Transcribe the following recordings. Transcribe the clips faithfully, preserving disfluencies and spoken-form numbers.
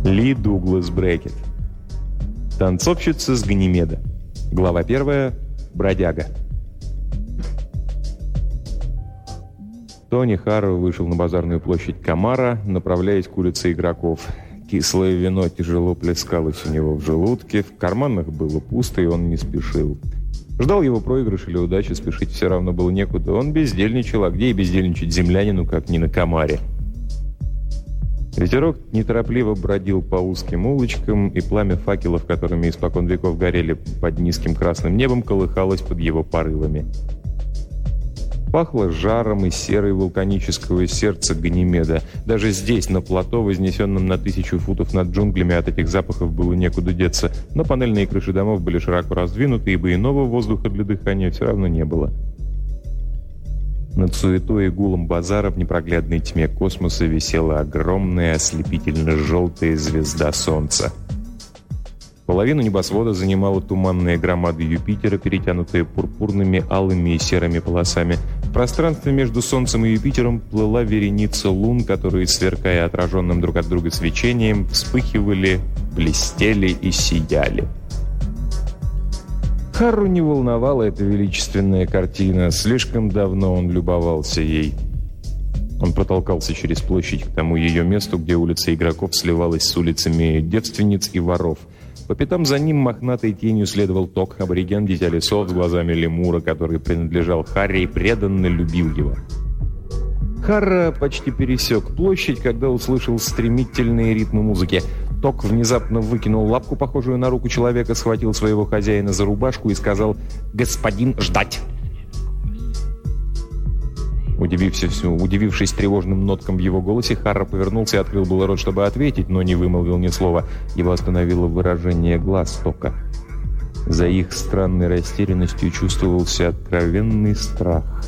Ли Дуглас Брекет. Танцовщица с Ганимеда. Глава первая. Бродяга. Тони Харроу вышел на базарную площадь Камара, направляясь к улице игроков. Кислое вино тяжело плескалось у него в желудке, в карманах было пусто, и он не спешил. Ждал его проигрыш или удачи, спешить все равно было некуда. Он бездельничал, а где и бездельничать землянину, как не на Камаре. Ветерок неторопливо бродил по узким улочкам, и пламя факелов, которыми испокон веков горели под низким красным небом, колыхалось под его порывами. Пахло жаром и серой вулканического сердца Ганимеда. Даже здесь, на плато, вознесенном на тысячу футов над джунглями, от этих запахов было некуда деться, но панельные крыши домов были широко раздвинуты, ибо иного воздуха для дыхания все равно не было. Над суетой и гулом базара в непроглядной тьме космоса висела огромная ослепительно-желтая звезда Солнца. Половину небосвода занимала туманная громада Юпитера, перетянутая пурпурными, алыми и серыми полосами. В пространстве между Солнцем и Юпитером плыла вереница лун, которые, сверкая отраженным друг от друга свечением, вспыхивали, блестели и сияли. Харру не волновала эта величественная картина. Слишком давно он любовался ей. Он протолкался через площадь к тому ее месту, где улица игроков сливалась с улицами девственниц и воров. По пятам за ним мохнатой тенью следовал Ток, абориген, дитя лесов с глазами лемура, который принадлежал Харри и преданно любил его. Харра почти пересек площадь, когда услышал стремительные ритмы музыки. Ток внезапно выкинул лапку, похожую на руку человека, схватил своего хозяина за рубашку и сказал: «Господин, ждать!» Удивившись, удивившись тревожным ноткам в его голосе, Харра повернулся и открыл было рот, чтобы ответить, но не вымолвил ни слова. Его остановило выражение глаз Тока. За их странной растерянностью чувствовался откровенный страх.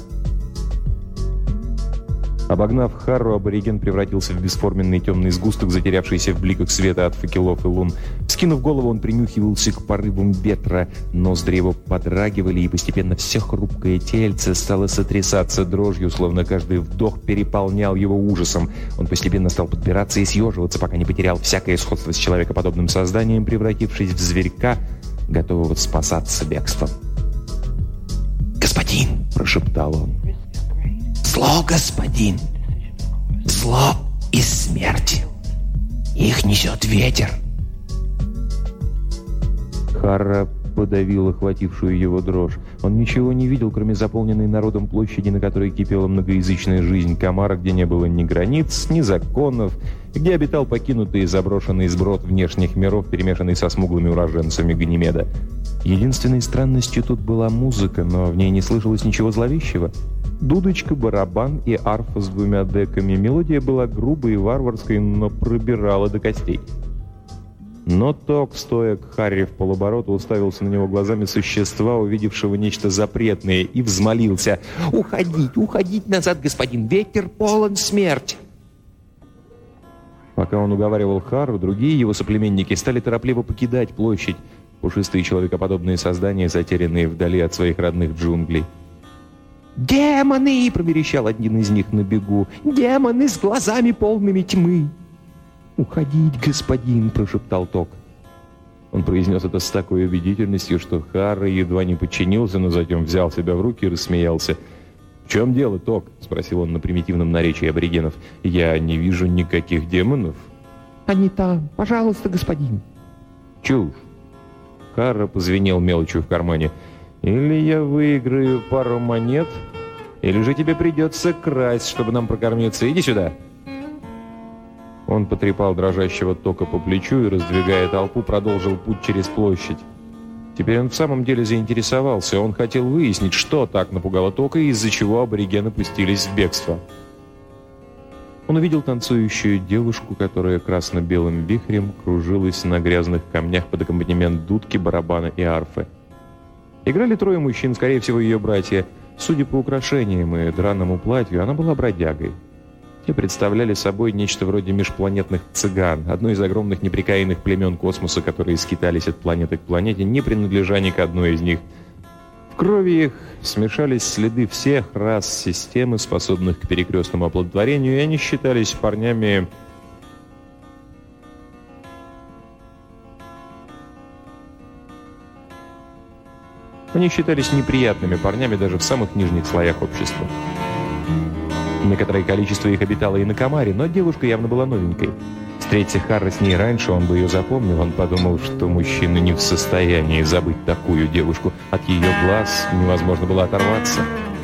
Обогнав Харру, абориген превратился в бесформенный темный сгусток, затерявшийся в бликах света от факелов и лун. Скинув голову, он принюхивался к порывам ветра. Ноздри его подрагивали, и постепенно все хрупкое тельце стало сотрясаться дрожью, словно каждый вдох переполнял его ужасом. Он постепенно стал подбираться и съеживаться, пока не потерял всякое сходство с человекоподобным созданием, превратившись в зверька, готового спасаться бегством. «Господин!» – прошептал он. «Зло, господин! Зло и смерть! Их несет ветер!» Харра подавил охватившую его дрожь. Он ничего не видел, кроме заполненной народом площади, на которой кипела многоязычная жизнь Камара, где не было ни границ, ни законов, где обитал покинутый и заброшенный сброд внешних миров, перемешанный со смуглыми уроженцами Ганимеда. Единственной странностью тут была музыка, но в ней не слышалось ничего зловещего. Дудочка, барабан и арфа с двумя деками. Мелодия была грубой и варварской, но пробирала до костей. Но Ток, стоя к Харри в полоборота, уставился на него глазами существа, увидевшего нечто запретное, и взмолился: «Уходить, уходить назад, господин! Ветер полон смерть!» Пока он уговаривал Харру, другие его соплеменники стали торопливо покидать площадь. Пушистые человекоподобные создания, затерянные вдали от своих родных джунглей. «Демоны!» — проверещал один из них на бегу. «Демоны с глазами полными тьмы!» «Уходить, господин!» — прошептал Ток. Он произнес это с такой убедительностью, что Харра едва не подчинился, но затем взял себя в руки и рассмеялся. «В чем дело, Ток?» — спросил он на примитивном наречии аборигенов. «Я не вижу никаких демонов». «Они там. Пожалуйста, господин». «Чушь!» Харра позвенел мелочью в кармане. «Или я выиграю пару монет, или же тебе придется красть, чтобы нам прокормиться. Иди сюда!» Он потрепал дрожащего Тока по плечу и, раздвигая толпу, продолжил путь через площадь. Теперь он в самом деле заинтересовался. Он хотел выяснить, что так напугало Тока и из-за чего аборигены пустились в бегство. Он увидел танцующую девушку, которая красно-белым вихрем кружилась на грязных камнях под аккомпанемент дудки, барабана и арфы. Играли трое мужчин, скорее всего, ее братья. Судя по украшениям и драному платью, она была бродягой. Те представляли собой нечто вроде межпланетных цыган, одно из огромных непрекаянных племен космоса, которые скитались от планеты к планете, не принадлежа ни к одной из них. В крови их смешались следы всех рас системы, способных к перекрестному оплодотворению, и они считались парнями Они считались неприятными парнями даже в самых нижних слоях общества. Некоторое количество их обитало и на Камаре, но девушка явно была новенькой. Встреться Харра с ней раньше, он бы ее запомнил. Он подумал, что мужчина не в состоянии забыть такую девушку. От ее глаз невозможно было оторваться.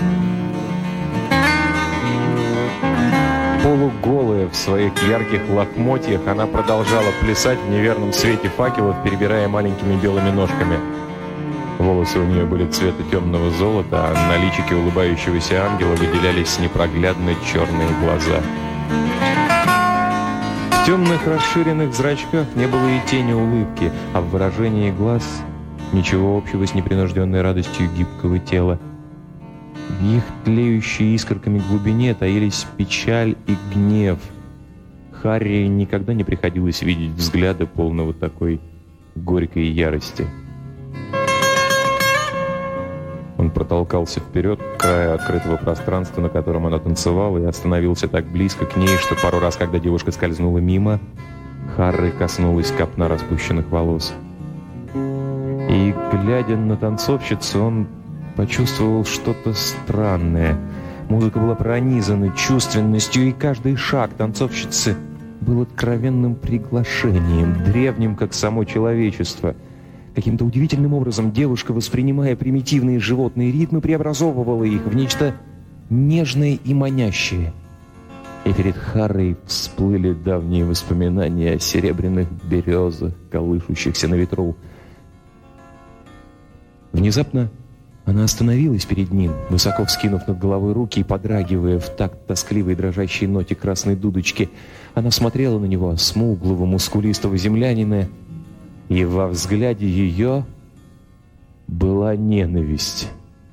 Полуголая в своих ярких лохмотьях, она продолжала плясать в неверном свете факелов, перебирая маленькими белыми ножками. Волосы у нее были цвета темного золота, а на личике улыбающегося ангела выделялись непроглядно черные глаза. В темных расширенных зрачках не было и тени улыбки, а в выражении глаз ничего общего с непринужденной радостью гибкого тела. В их тлеющей искорками глубине таились печаль и гнев. Харри никогда не приходилось видеть взгляда полного такой горькой ярости. Он протолкался вперед к краю открытого пространства, на котором она танцевала, и остановился так близко к ней, что пару раз, когда девушка скользнула мимо, Харри коснулась копна распущенных волос. И, глядя на танцовщицу, он почувствовал что-то странное. Музыка была пронизана чувственностью, и каждый шаг танцовщицы был откровенным приглашением, древним, как само человечество. Каким-то удивительным образом девушка, воспринимая примитивные животные ритмы, преобразовывала их в нечто нежное и манящее. И перед Харрой всплыли давние воспоминания о серебряных березах, колышущихся на ветру. Внезапно она остановилась перед ним, высоко вскинув над головой руки и подрагивая в такт тоскливой дрожащей ноте красной дудочки. Она смотрела на него, смуглого, мускулистого землянина, и во взгляде ее была ненависть.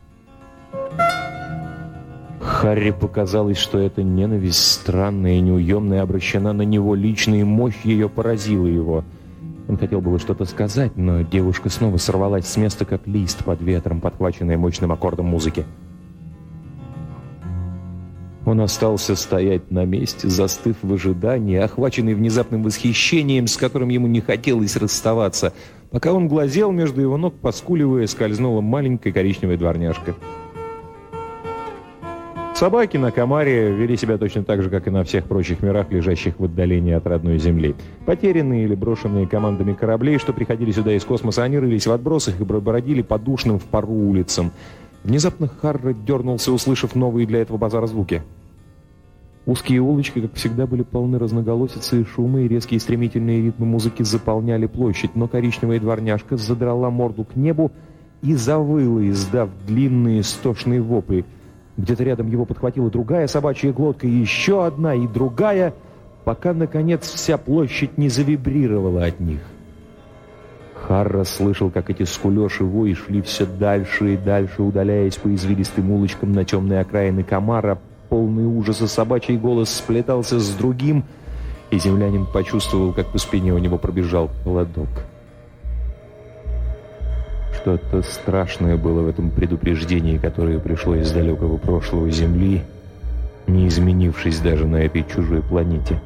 Харри показалось, что эта ненависть, странная и неуемная, обращена на него лично, и мощь ее поразила его. Он хотел было что-то сказать, но девушка снова сорвалась с места, как лист под ветром, подхваченная мощным аккордом музыки. Он остался стоять на месте, застыв в ожидании, охваченный внезапным восхищением, с которым ему не хотелось расставаться. Пока он глазел, между его ног, поскуливая, скользнула маленькая коричневая дворняжка. Собаки на Камаре вели себя точно так же, как и на всех прочих мирах, лежащих в отдалении от родной земли. Потерянные или брошенные командами кораблей, что приходили сюда из космоса, они рылись в отбросах и бродили по душным в пару улицам. Внезапно Харра дернулся, услышав новые для этого базара звуки. Узкие улочки, как всегда, были полны разноголосицы и шума, и резкие стремительные ритмы музыки заполняли площадь, но коричневая дворняжка задрала морду к небу и завыла, издав длинные истошные вопли. Где-то рядом его подхватила другая собачья глотка, и еще одна, и другая, пока, наконец, вся площадь не завибрировала от них. Харра слышал, как эти скулёж и вой шли все дальше и дальше, удаляясь по извилистым улочкам на темные окраины Камара. Полный ужаса собачий голос сплетался с другим, и землянин почувствовал, как по спине у него пробежал холодок. Что-то страшное было в этом предупреждении, которое пришло из далекого прошлого Земли, не изменившись даже на этой чужой планете.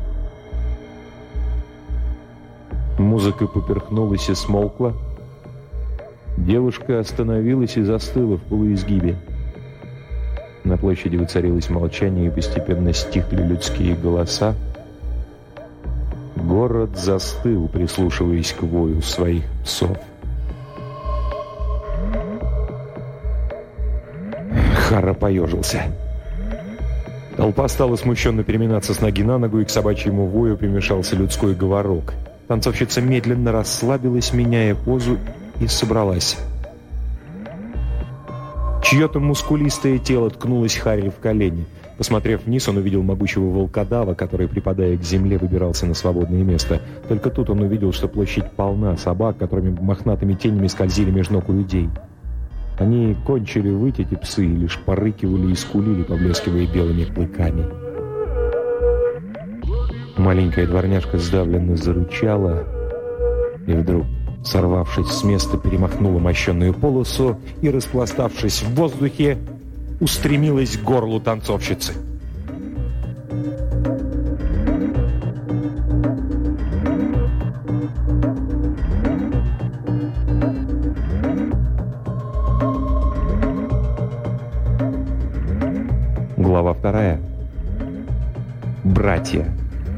Музыка поперхнулась и смолкла. Девушка остановилась и застыла в полуизгибе. На площади воцарилось молчание, и постепенно стихли людские голоса. Город застыл, прислушиваясь к вою своих псов. Харра поежился. Толпа стала смущенно переминаться с ноги на ногу, и к собачьему вою примешался людской говорок. Танцовщица медленно расслабилась, меняя позу, и собралась. Чье-то мускулистое тело ткнулось Харри в колени. Посмотрев вниз, он увидел могучего волкодава, который, припадая к земле, выбирался на свободное место. Только тут он увидел, что площадь полна собак, которыми мохнатыми тенями скользили между ног у людей. Они кончили выть, эти псы, и лишь порыкивали и скулили, поблескивая белыми клыками. Маленькая дворняжка сдавленно зарычала, и вдруг, сорвавшись с места, перемахнула мощенную полосу и, распластавшись в воздухе, устремилась к горлу танцовщицы. Братья.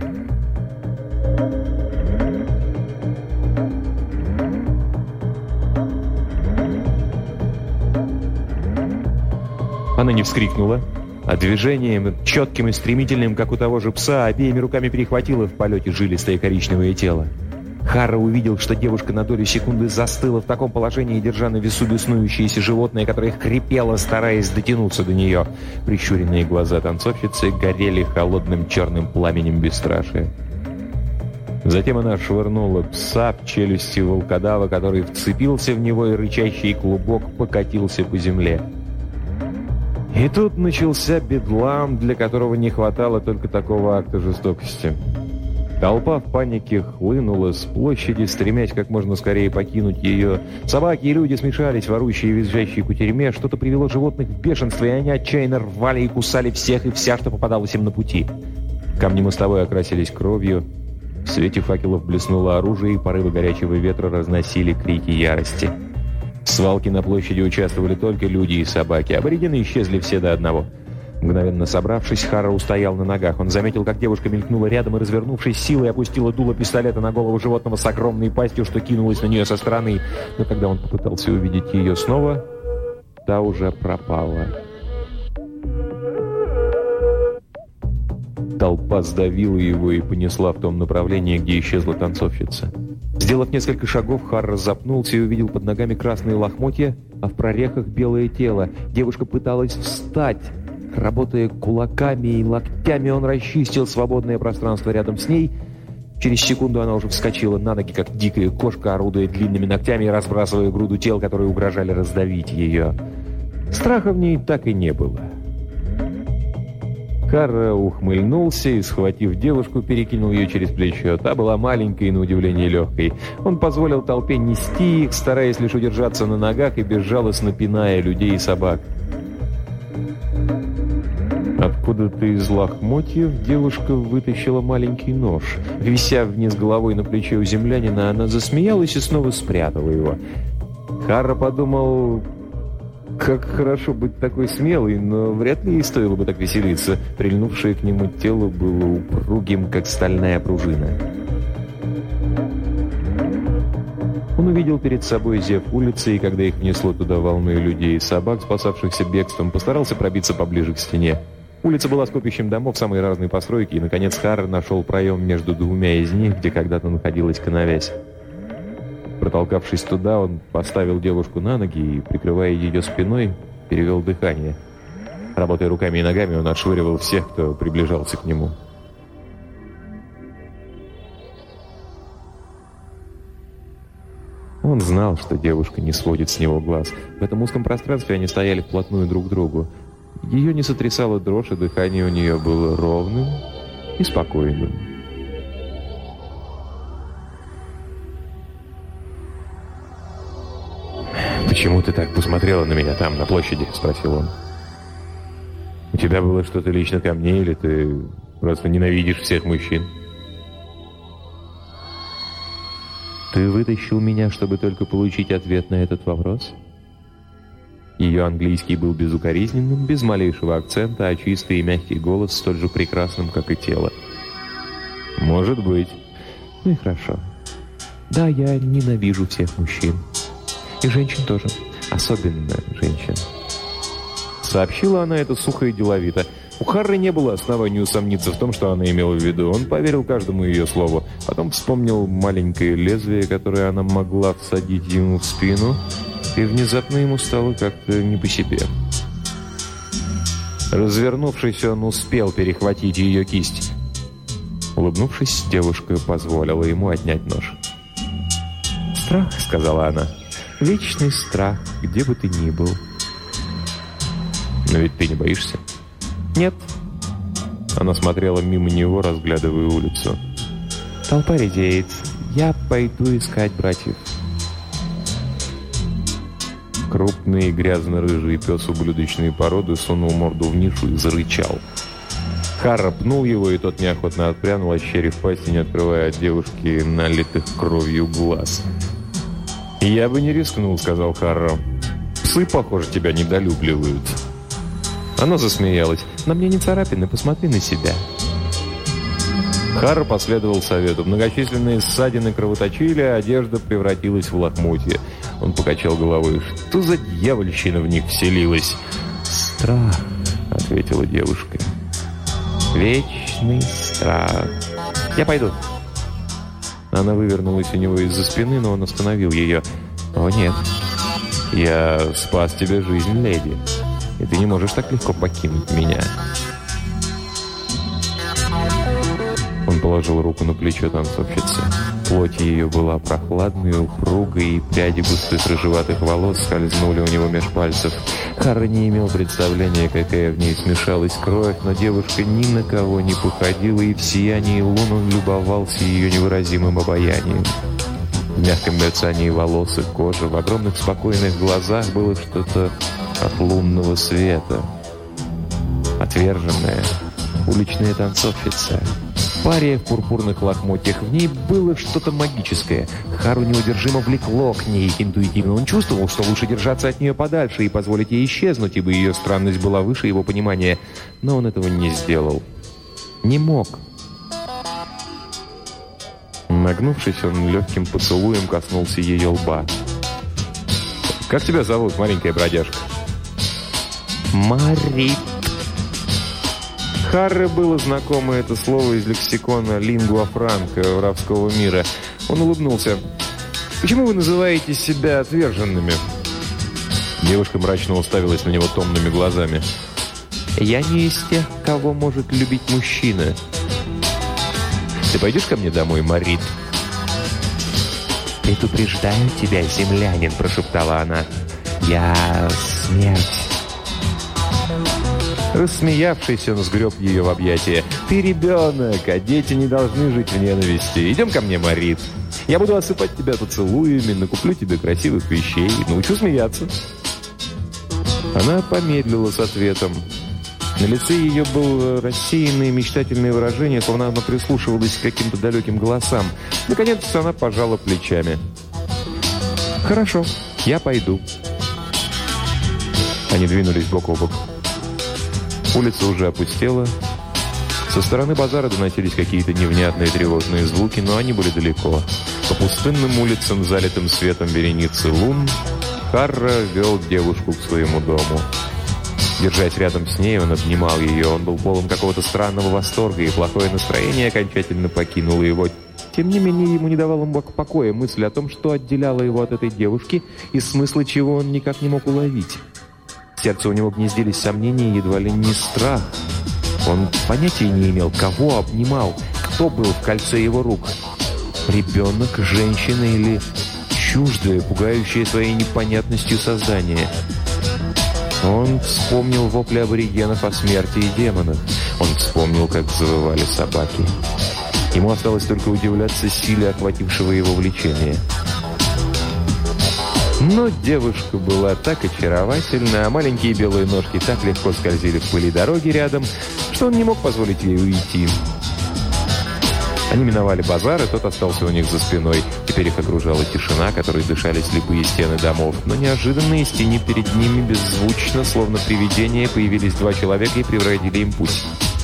Она не вскрикнула, а движением, четким и стремительным, как у того же пса, обеими руками перехватила в полете жилистое коричневое тело. Харра увидел, что девушка на долю секунды застыла в таком положении, держа на весу беснующееся животное, которое хрипело, стараясь дотянуться до нее. Прищуренные глаза танцовщицы горели холодным черным пламенем бесстрашия. Затем она швырнула пса в челюсти волкодава, который вцепился в него, и рычащий клубок покатился по земле. И тут начался бедлам, для которого не хватало только такого акта жестокости. Толпа в панике хлынула с площади, стремясь как можно скорее покинуть ее. Собаки и люди смешались, ворующие и визжащие кутерьме. Что-то привело животных в бешенство, и они отчаянно рвали и кусали всех и вся, что попадалось им на пути. Камни мостовой окрасились кровью. В свете факелов блеснуло оружие, и порывы горячего ветра разносили крики ярости. В свалке на площади участвовали только люди и собаки. Аборигены исчезли все до одного. Мгновенно собравшись, Харра устоял на ногах. Он заметил, как девушка мелькнула рядом и, развернувшись силой, опустила дуло пистолета на голову животного с огромной пастью, что кинулось на нее со стороны. Но когда он попытался увидеть ее снова, та уже пропала. Толпа сдавила его и понесла в том направлении, где исчезла танцовщица. Сделав несколько шагов, Харра запнулся и увидел под ногами красные лохмотья, а в прорехах белое тело. Девушка пыталась встать. Работая кулаками и локтями, он расчистил свободное пространство рядом с ней. Через секунду она уже вскочила на ноги, как дикая кошка, орудуя длинными ногтями и разбрасывая груду тел, которые угрожали раздавить ее. Страха в ней так и не было. Харра ухмыльнулся и, схватив девушку, перекинул ее через плечо. Та была маленькой и, на удивление, легкой. Он позволил толпе нести их, стараясь лишь удержаться на ногах и безжалостно пиная людей и собак. Откуда-то из лохмотьев девушка вытащила маленький нож. Вися вниз головой на плече у землянина, она засмеялась и снова спрятала его. Харра подумал, как хорошо быть такой смелой, но вряд ли ей стоило бы так веселиться. Прильнувшее к нему тело было упругим, как стальная пружина. Он увидел перед собой зев улицы, и когда их внесло туда волной людей и собак, спасавшихся бегством, постарался пробиться поближе к стене. Улица была скопищем домов самой разной постройки, и, наконец, Харра нашел проем между двумя из них, где когда-то находилась канавязь. Протолкавшись туда, он поставил девушку на ноги и, прикрывая ее спиной, перевел дыхание. Работая руками и ногами, он отшвыривал всех, кто приближался к нему. Он знал, что девушка не сводит с него глаз. В этом узком пространстве они стояли вплотную друг к другу. Ее не сотрясала дрожь, и дыхание у нее было ровным и спокойным. «Почему ты так посмотрела на меня там, на площади?» — спросил он. «У тебя было что-то лично ко мне, или ты просто ненавидишь всех мужчин?» «Ты вытащил меня, чтобы только получить ответ на этот вопрос?» Ее английский был безукоризненным, без малейшего акцента, а чистый и мягкий голос столь же прекрасным, как и тело. «Может быть». «Ну и хорошо. Да, я ненавижу всех мужчин. И женщин тоже. Особенно женщин». Сообщила она это сухо и деловито. У Харры не было оснований усомниться в том, что она имела в виду. Он поверил каждому ее слову. Потом вспомнил маленькое лезвие, которое она могла всадить ему в спину, и внезапно ему стало как-то не по себе. Развернувшись, он успел перехватить ее кисть. Улыбнувшись, девушка позволила ему отнять нож. «Страх», — сказала она, — «вечный страх, где бы ты ни был». «Но ведь ты не боишься?» «Нет». Она смотрела мимо него, разглядывая улицу. «Толпа редеет. Я пойду искать братьев». Крупный грязно-рыжий пес ублюдочной породы сунул морду в нишу и зарычал. Харра пнул его, и тот неохотно отпрянул, ощерив пасть и не открывая от девушки налитых кровью глаз. «Я бы не рискнул», — сказал Харра. «Псы, похоже, тебя недолюбливают». Она засмеялась. «На мне не царапины, посмотри на себя». Харра последовал совету. Многочисленные ссадины кровоточили, а одежда превратилась в лохмотья. Он покачал головой. Что за дьявольщина в них вселилась? «Страх», — ответила девушка. «Вечный страх. Я пойду». Она вывернулась у него из-за спины, но он остановил ее. «О, нет. Я спас тебе жизнь, леди. И ты не можешь так легко покинуть меня». Он положил руку на плечо танцовщицы. Плоть ее была прохладной, упругой, и пряди густых рыжеватых волос скользнули у него меж пальцев. Харра не имел представления, какая в ней смешалась кровь, но девушка ни на кого не походила, и в сиянии лун он любовался ее невыразимым обаянием. В мягком мерцании волос и кожи, в огромных спокойных глазах было что-то от лунного света. Отверженная, уличная танцовщица. Пария в пурпурных лохмотьях. В ней было что-то магическое. Хару неудержимо влекло к ней. Интуитивно он чувствовал, что лучше держаться от нее подальше и позволить ей исчезнуть, ибо ее странность была выше его понимания. Но он этого не сделал. Не мог. Нагнувшись, он легким поцелуем коснулся ее лба. «Как тебя зовут, маленькая бродяжка?» «Марит». Харре было знакомо это слово из лексикона лингуа франка воровского мира. Он улыбнулся. «Почему вы называете себя отверженными?» Девушка мрачно уставилась на него томными глазами. «Я не из тех, кого может любить мужчина». «Ты пойдешь ко мне домой, Марит?» «Предупреждаю тебя, землянин», — прошептала она. «Я смерть». Рассмеявшись, он сгреб ее в объятия. «Ты ребенок, а дети не должны жить в ненависти. Идем ко мне, Марит. Я буду осыпать тебя поцелуями, накуплю тебе красивых вещей, научу смеяться». Она помедлила с ответом. На лице ее было рассеянное мечтательное выражение, словно она прислушивалась к каким-то далеким голосам. Наконец она пожала плечами. «Хорошо, я пойду». Они двинулись бок о бок. Улица уже опустела. Со стороны базара доносились какие-то невнятные тревожные звуки, но они были далеко. По пустынным улицам, залитым светом вереницы лун, Харра вел девушку к своему дому. Держась рядом с ней, он обнимал ее. Он был полон какого-то странного восторга, и плохое настроение окончательно покинуло его. Тем не менее, ему не давала покоя мысль о том, что отделяло его от этой девушки, и смысла чего он никак не мог уловить. В сердце у него гнездились сомнения, едва ли не страх. Он понятия не имел, кого обнимал, кто был в кольце его рук. Ребенок, женщина или чуждое, пугающее своей непонятностью создание. Он вспомнил вопли аборигенов о смерти и демонах. Он вспомнил, как завывали собаки. Ему осталось только удивляться силе охватившего его влечения. Но девушка была так очаровательна, а маленькие белые ножки так легко скользили в пыли дороги рядом, что он не мог позволить ей уйти. Они миновали базар, и тот остался у них за спиной. Теперь их окружала тишина, которой дышали слепые стены домов. Но неожиданно из тени перед ними беззвучно, словно привидения, появились два человека и преградили им путь.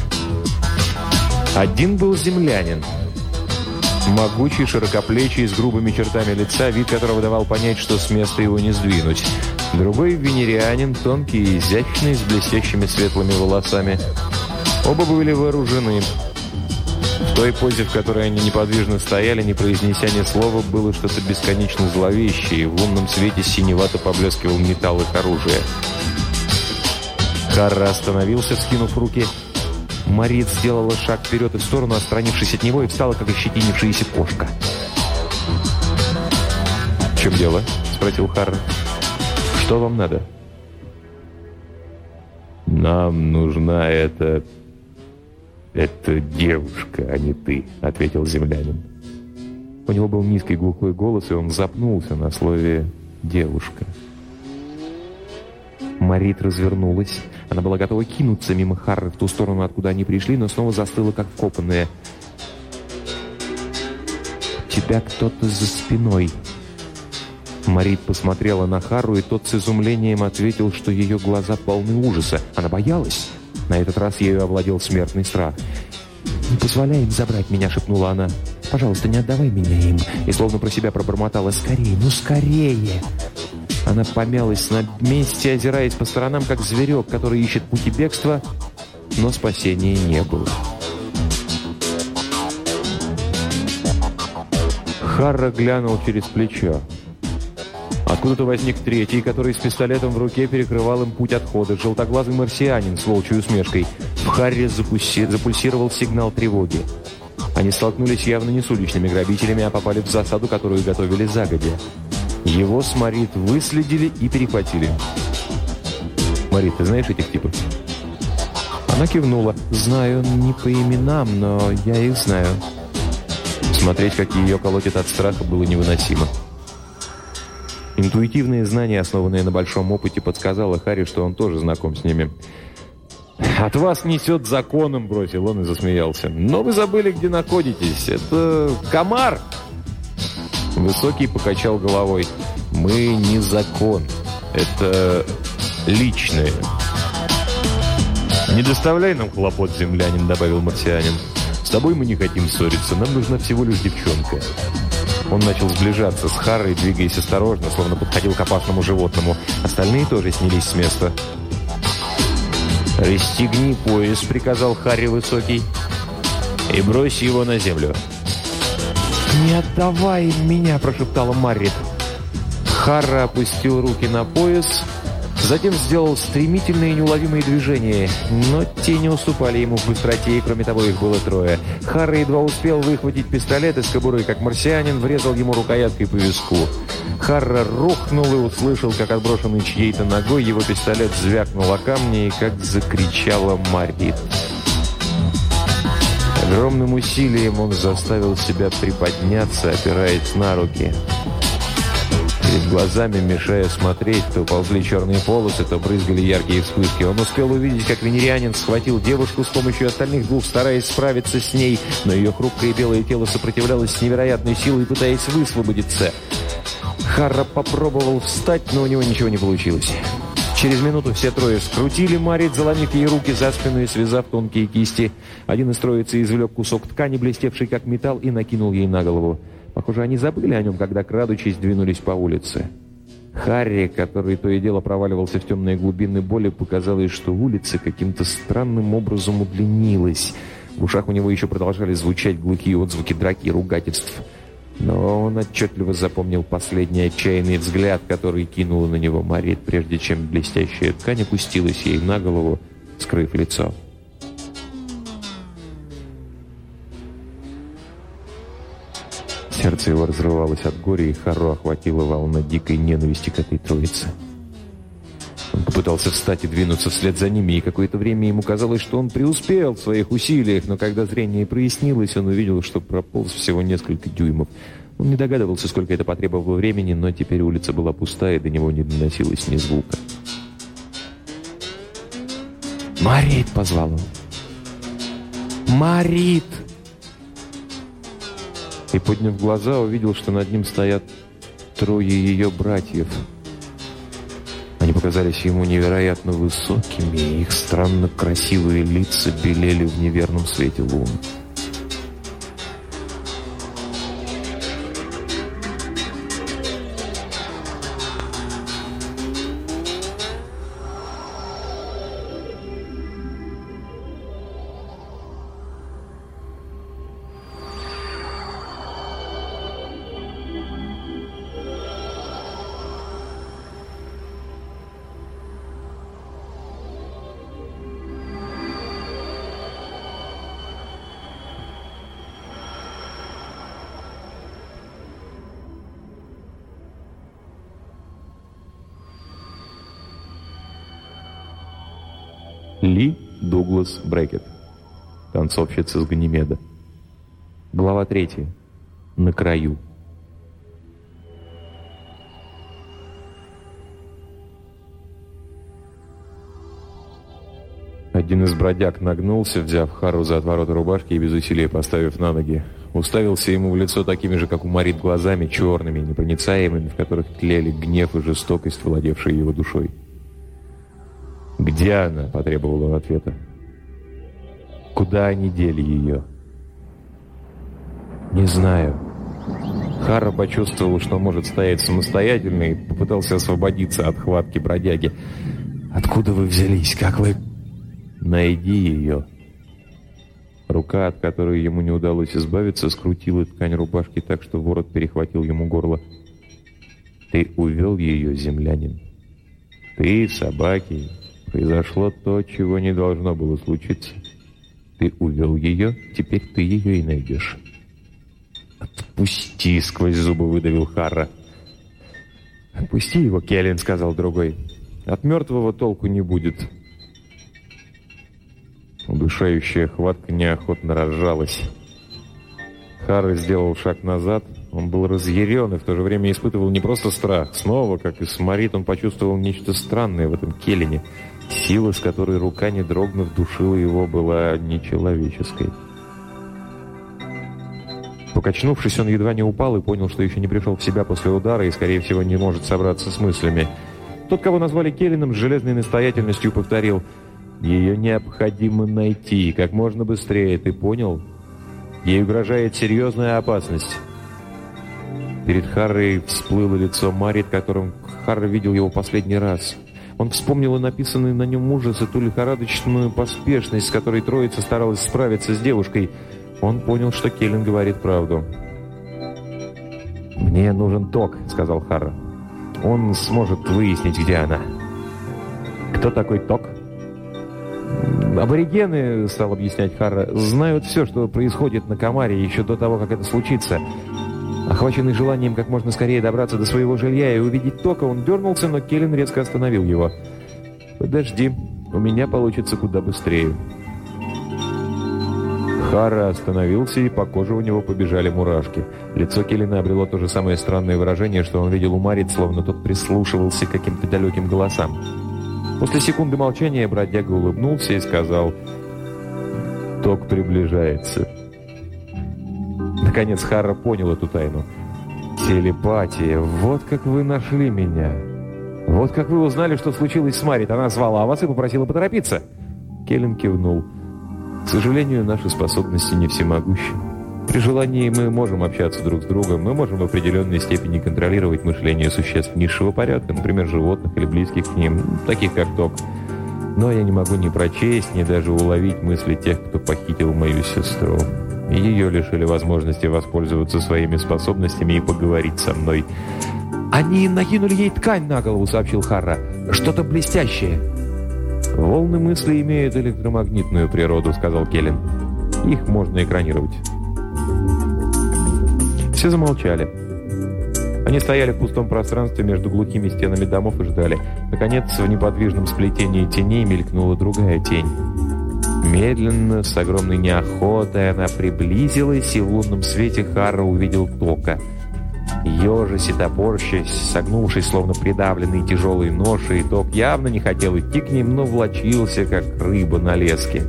Один был землянин. Могучий, широкоплечий, с грубыми чертами лица, вид которого давал понять, что с места его не сдвинуть. Другой — венерианин, тонкий и изящный, с блестящими светлыми волосами. Оба были вооружены. В той позе, в которой они неподвижно стояли, не произнеся ни слова, было что-то бесконечно зловещее, и в лунном свете синевато поблескивал металл их оружия. Харра остановился, вскинув руки. Марит сделала шаг вперед и в сторону, отстранившись от него, и встала, как ощетинившаяся кошка. «В чем дело?» — спросил Харра. «Что вам надо?» «Нам нужна эта... эта девушка, а не ты», — ответил землянин. У него был низкий глухой голос, и он запнулся на слове «девушка». Марит развернулась. Она была готова кинуться мимо Харры в ту сторону, откуда они пришли, но снова застыла, как вкопанная. «У тебя кто-то за спиной». Марит посмотрела на Харру, и тот с изумлением ответил, что ее глаза полны ужаса. Она боялась. На этот раз ею овладел смертный страх. «Не позволяй им забрать меня», — шепнула она. «Пожалуйста, не отдавай меня им». И словно про себя пробормотала: «Скорее, ну скорее!» Она помялась на месте, озираясь по сторонам, как зверек, который ищет пути бегства, но спасения не было. Харра глянул через плечо. Откуда-то возник третий, который с пистолетом в руке перекрывал им путь отхода. Желтоглазый марсианин с волчьей усмешкой. В Харре запуси... запульсировал сигнал тревоги. Они столкнулись явно не с уличными грабителями, а попали в засаду, которую готовили загодя. Его с Марит выследили и перехватили. «Марит, ты знаешь этих типов?» Она кивнула. «Знаю, не по именам, но я их знаю». Смотреть, как ее колотит от страха, было невыносимо. Интуитивное знание, основанное на большом опыте, подсказало Харри, что он тоже знаком с ними. «От вас несет законом», — бросил он и засмеялся. «Но вы забыли, где находитесь. Это комар!» Высокий покачал головой. «Мы не закон. Это личное». «Не доставляй нам хлопот, землянин», — добавил марсианин. «С тобой мы не хотим ссориться. Нам нужна всего лишь девчонка». Он начал сближаться с Харрой, двигаясь осторожно, словно подходил к опасному животному. Остальные тоже снялись с места. «Расстегни пояс», — приказал Харри Высокий, — «и брось его на землю». «Не отдавай меня», — прошептала Маррит. Харра опустил руки на пояс, затем сделал стремительные и неуловимые движения, но те не уступали ему в быстроте, и кроме того их было трое. Харра едва успел выхватить пистолет из кобуры, как марсианин врезал ему рукояткой по виску. Харра рухнул и услышал, как отброшенный чьей-то ногой его пистолет звякнул о камни, и как закричала Маррит. Огромным усилием он заставил себя приподняться, опираясь на руки. Перед глазами, мешая смотреть, то ползли черные полосы, то брызгали яркие вспышки. Он успел увидеть, как венерианин схватил девушку с помощью остальных двух, стараясь справиться с ней, но ее хрупкое белое тело сопротивлялось с невероятной силой, пытаясь высвободиться. Харра попробовал встать, но у него ничего не получилось. Через минуту все трое скрутили Марит, заломив ей руки за спину и связав тонкие кисти. Один из троицы извлек кусок ткани, блестевший как металл, и накинул ей на голову. Похоже, они забыли о нем, когда, крадучись, двинулись по улице. Харри, который то и дело проваливался в темные глубины боли, показалось, что улица каким-то странным образом удлинилась. В ушах у него еще продолжали звучать глухие отзвуки драки и ругательств. Но он отчетливо запомнил последний отчаянный взгляд, который кинула на него Марит, прежде чем блестящая ткань опустилась ей на голову, скрыв лицо. Сердце его разрывалось от горя, и Харру охватила волна дикой ненависти к этой троице. Он попытался встать и двинуться вслед за ними, и какое-то время ему казалось, что он преуспел в своих усилиях, но когда зрение прояснилось, он увидел, что прополз всего несколько дюймов. Он не догадывался, сколько это потребовало времени, но теперь улица была пустая, и до него не доносилось ни звука. «Марит!» — позвал он. «Марит!» И, подняв глаза, увидел, что над ним стоят трое ее братьев. Они показались ему невероятно высокими, и их странно красивые лица белели в неверном свете луны. Ли Дуглас Брекет. Танцовщица с Ганимеда. Глава третья. На краю. Один из бродяг нагнулся, взяв Харру за отвороты рубашки и без усилия поставив на ноги. Уставился ему в лицо такими же, как у Марит, глазами, черными, непроницаемыми, в которых тлели гнев и жестокость, владевшие его душой. «Где она?» — потребовал он ответа. «Куда они дели ее?» «Не знаю». Харра почувствовал, что может стоять самостоятельно, и попытался освободиться от хватки бродяги. «Откуда вы взялись? Как вы...» «Найди ее». Рука, от которой ему не удалось избавиться, скрутила ткань рубашки так, что ворот перехватил ему горло. «Ты увел ее, землянин. Ты, собаки. Произошло то, чего не должно было случиться. Ты увел ее, теперь ты ее и найдешь». «Отпусти!» — сквозь зубы выдавил Харра. «Отпусти его, Келлен», — сказал другой. «От мертвого толку не будет». Удушающая хватка неохотно разжалась. Харра сделал шаг назад. Он был разъярен и в то же время испытывал не просто страх. Снова, как и Сморит, он почувствовал нечто странное в этом Келлене. Сила, с которой рука, не дрогнув, душила его, была нечеловеческой. Покачнувшись, он едва не упал и понял, что еще не пришел в себя после удара и, скорее всего, не может собраться с мыслями. Тот, кого назвали Келленом, с железной настоятельностью повторил: «Ее необходимо найти как можно быстрее, ты понял? Ей угрожает серьезная опасность». Перед Харрой всплыло лицо Марит, которым Харра видел его последний раз. Он вспомнил и написанный на нем ужас, и ту лихорадочную поспешность, с которой троица старалась справиться с девушкой. Он понял, что Келлен говорит правду. «Мне нужен Ток», — сказал Харра. «Он сможет выяснить, где она». «Кто такой Ток?» «Аборигены», — стал объяснять Харра, — «знают все, что происходит на Камаре еще до того, как это случится». Охваченный желанием как можно скорее добраться до своего жилья и увидеть Тока, он дернулся, но Келлен резко остановил его. «Подожди, у меня получится куда быстрее». Харра остановился, и по коже у него побежали мурашки. Лицо Келлена обрело то же самое странное выражение, что он видел у Марит, словно тот прислушивался к каким-то далеким голосам. После секунды молчания бродяга улыбнулся и сказал: «Ток приближается». Наконец Харра понял эту тайну. «Телепатия, вот как вы нашли меня. Вот как вы узнали, что случилось с Марит. Она звала вас и попросила поторопиться». Келлен кивнул. «К сожалению, наши способности не всемогущи. При желании мы можем общаться друг с другом, мы можем в определенной степени контролировать мышление существ низшего порядка, например, животных или близких к ним, таких как Ток. Но я не могу ни прочесть, ни даже уловить мысли тех, кто похитил мою сестру. Ее лишили возможности воспользоваться своими способностями и поговорить со мной». «Они накинули ей ткань на голову», — сообщил Харра. «Что-то блестящее». «Волны мысли имеют электромагнитную природу», — сказал Келлен. «Их можно экранировать». Все замолчали. Они стояли в пустом пространстве между глухими стенами домов и ждали. Наконец, в неподвижном сплетении теней мелькнула другая тень. Медленно, с огромной неохотой, она приблизилась, и в лунном свете Харра увидел Тока. Ежась и топорщась, согнувшись, словно придавленный тяжелой ношей, Ток явно не хотел идти к ним, но влачился, как рыба на леске.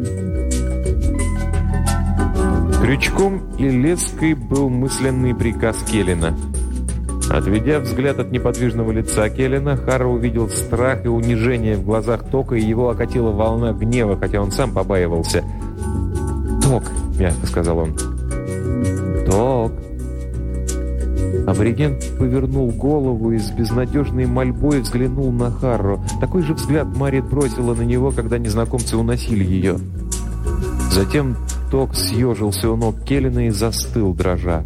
Крючком и леской был мысленный приказ Келлена. Отведя взгляд от неподвижного лица Келлена, Харра увидел страх и унижение в глазах Тока, и его окатила волна гнева, хотя он сам побаивался. «Ток», — мягко сказал он. «Ток». Абориген повернул голову и с безнадежной мольбой взглянул на Харру. Такой же взгляд Марит бросила на него, когда незнакомцы уносили ее. Затем Ток съежился у ног Келлена и застыл, дрожа.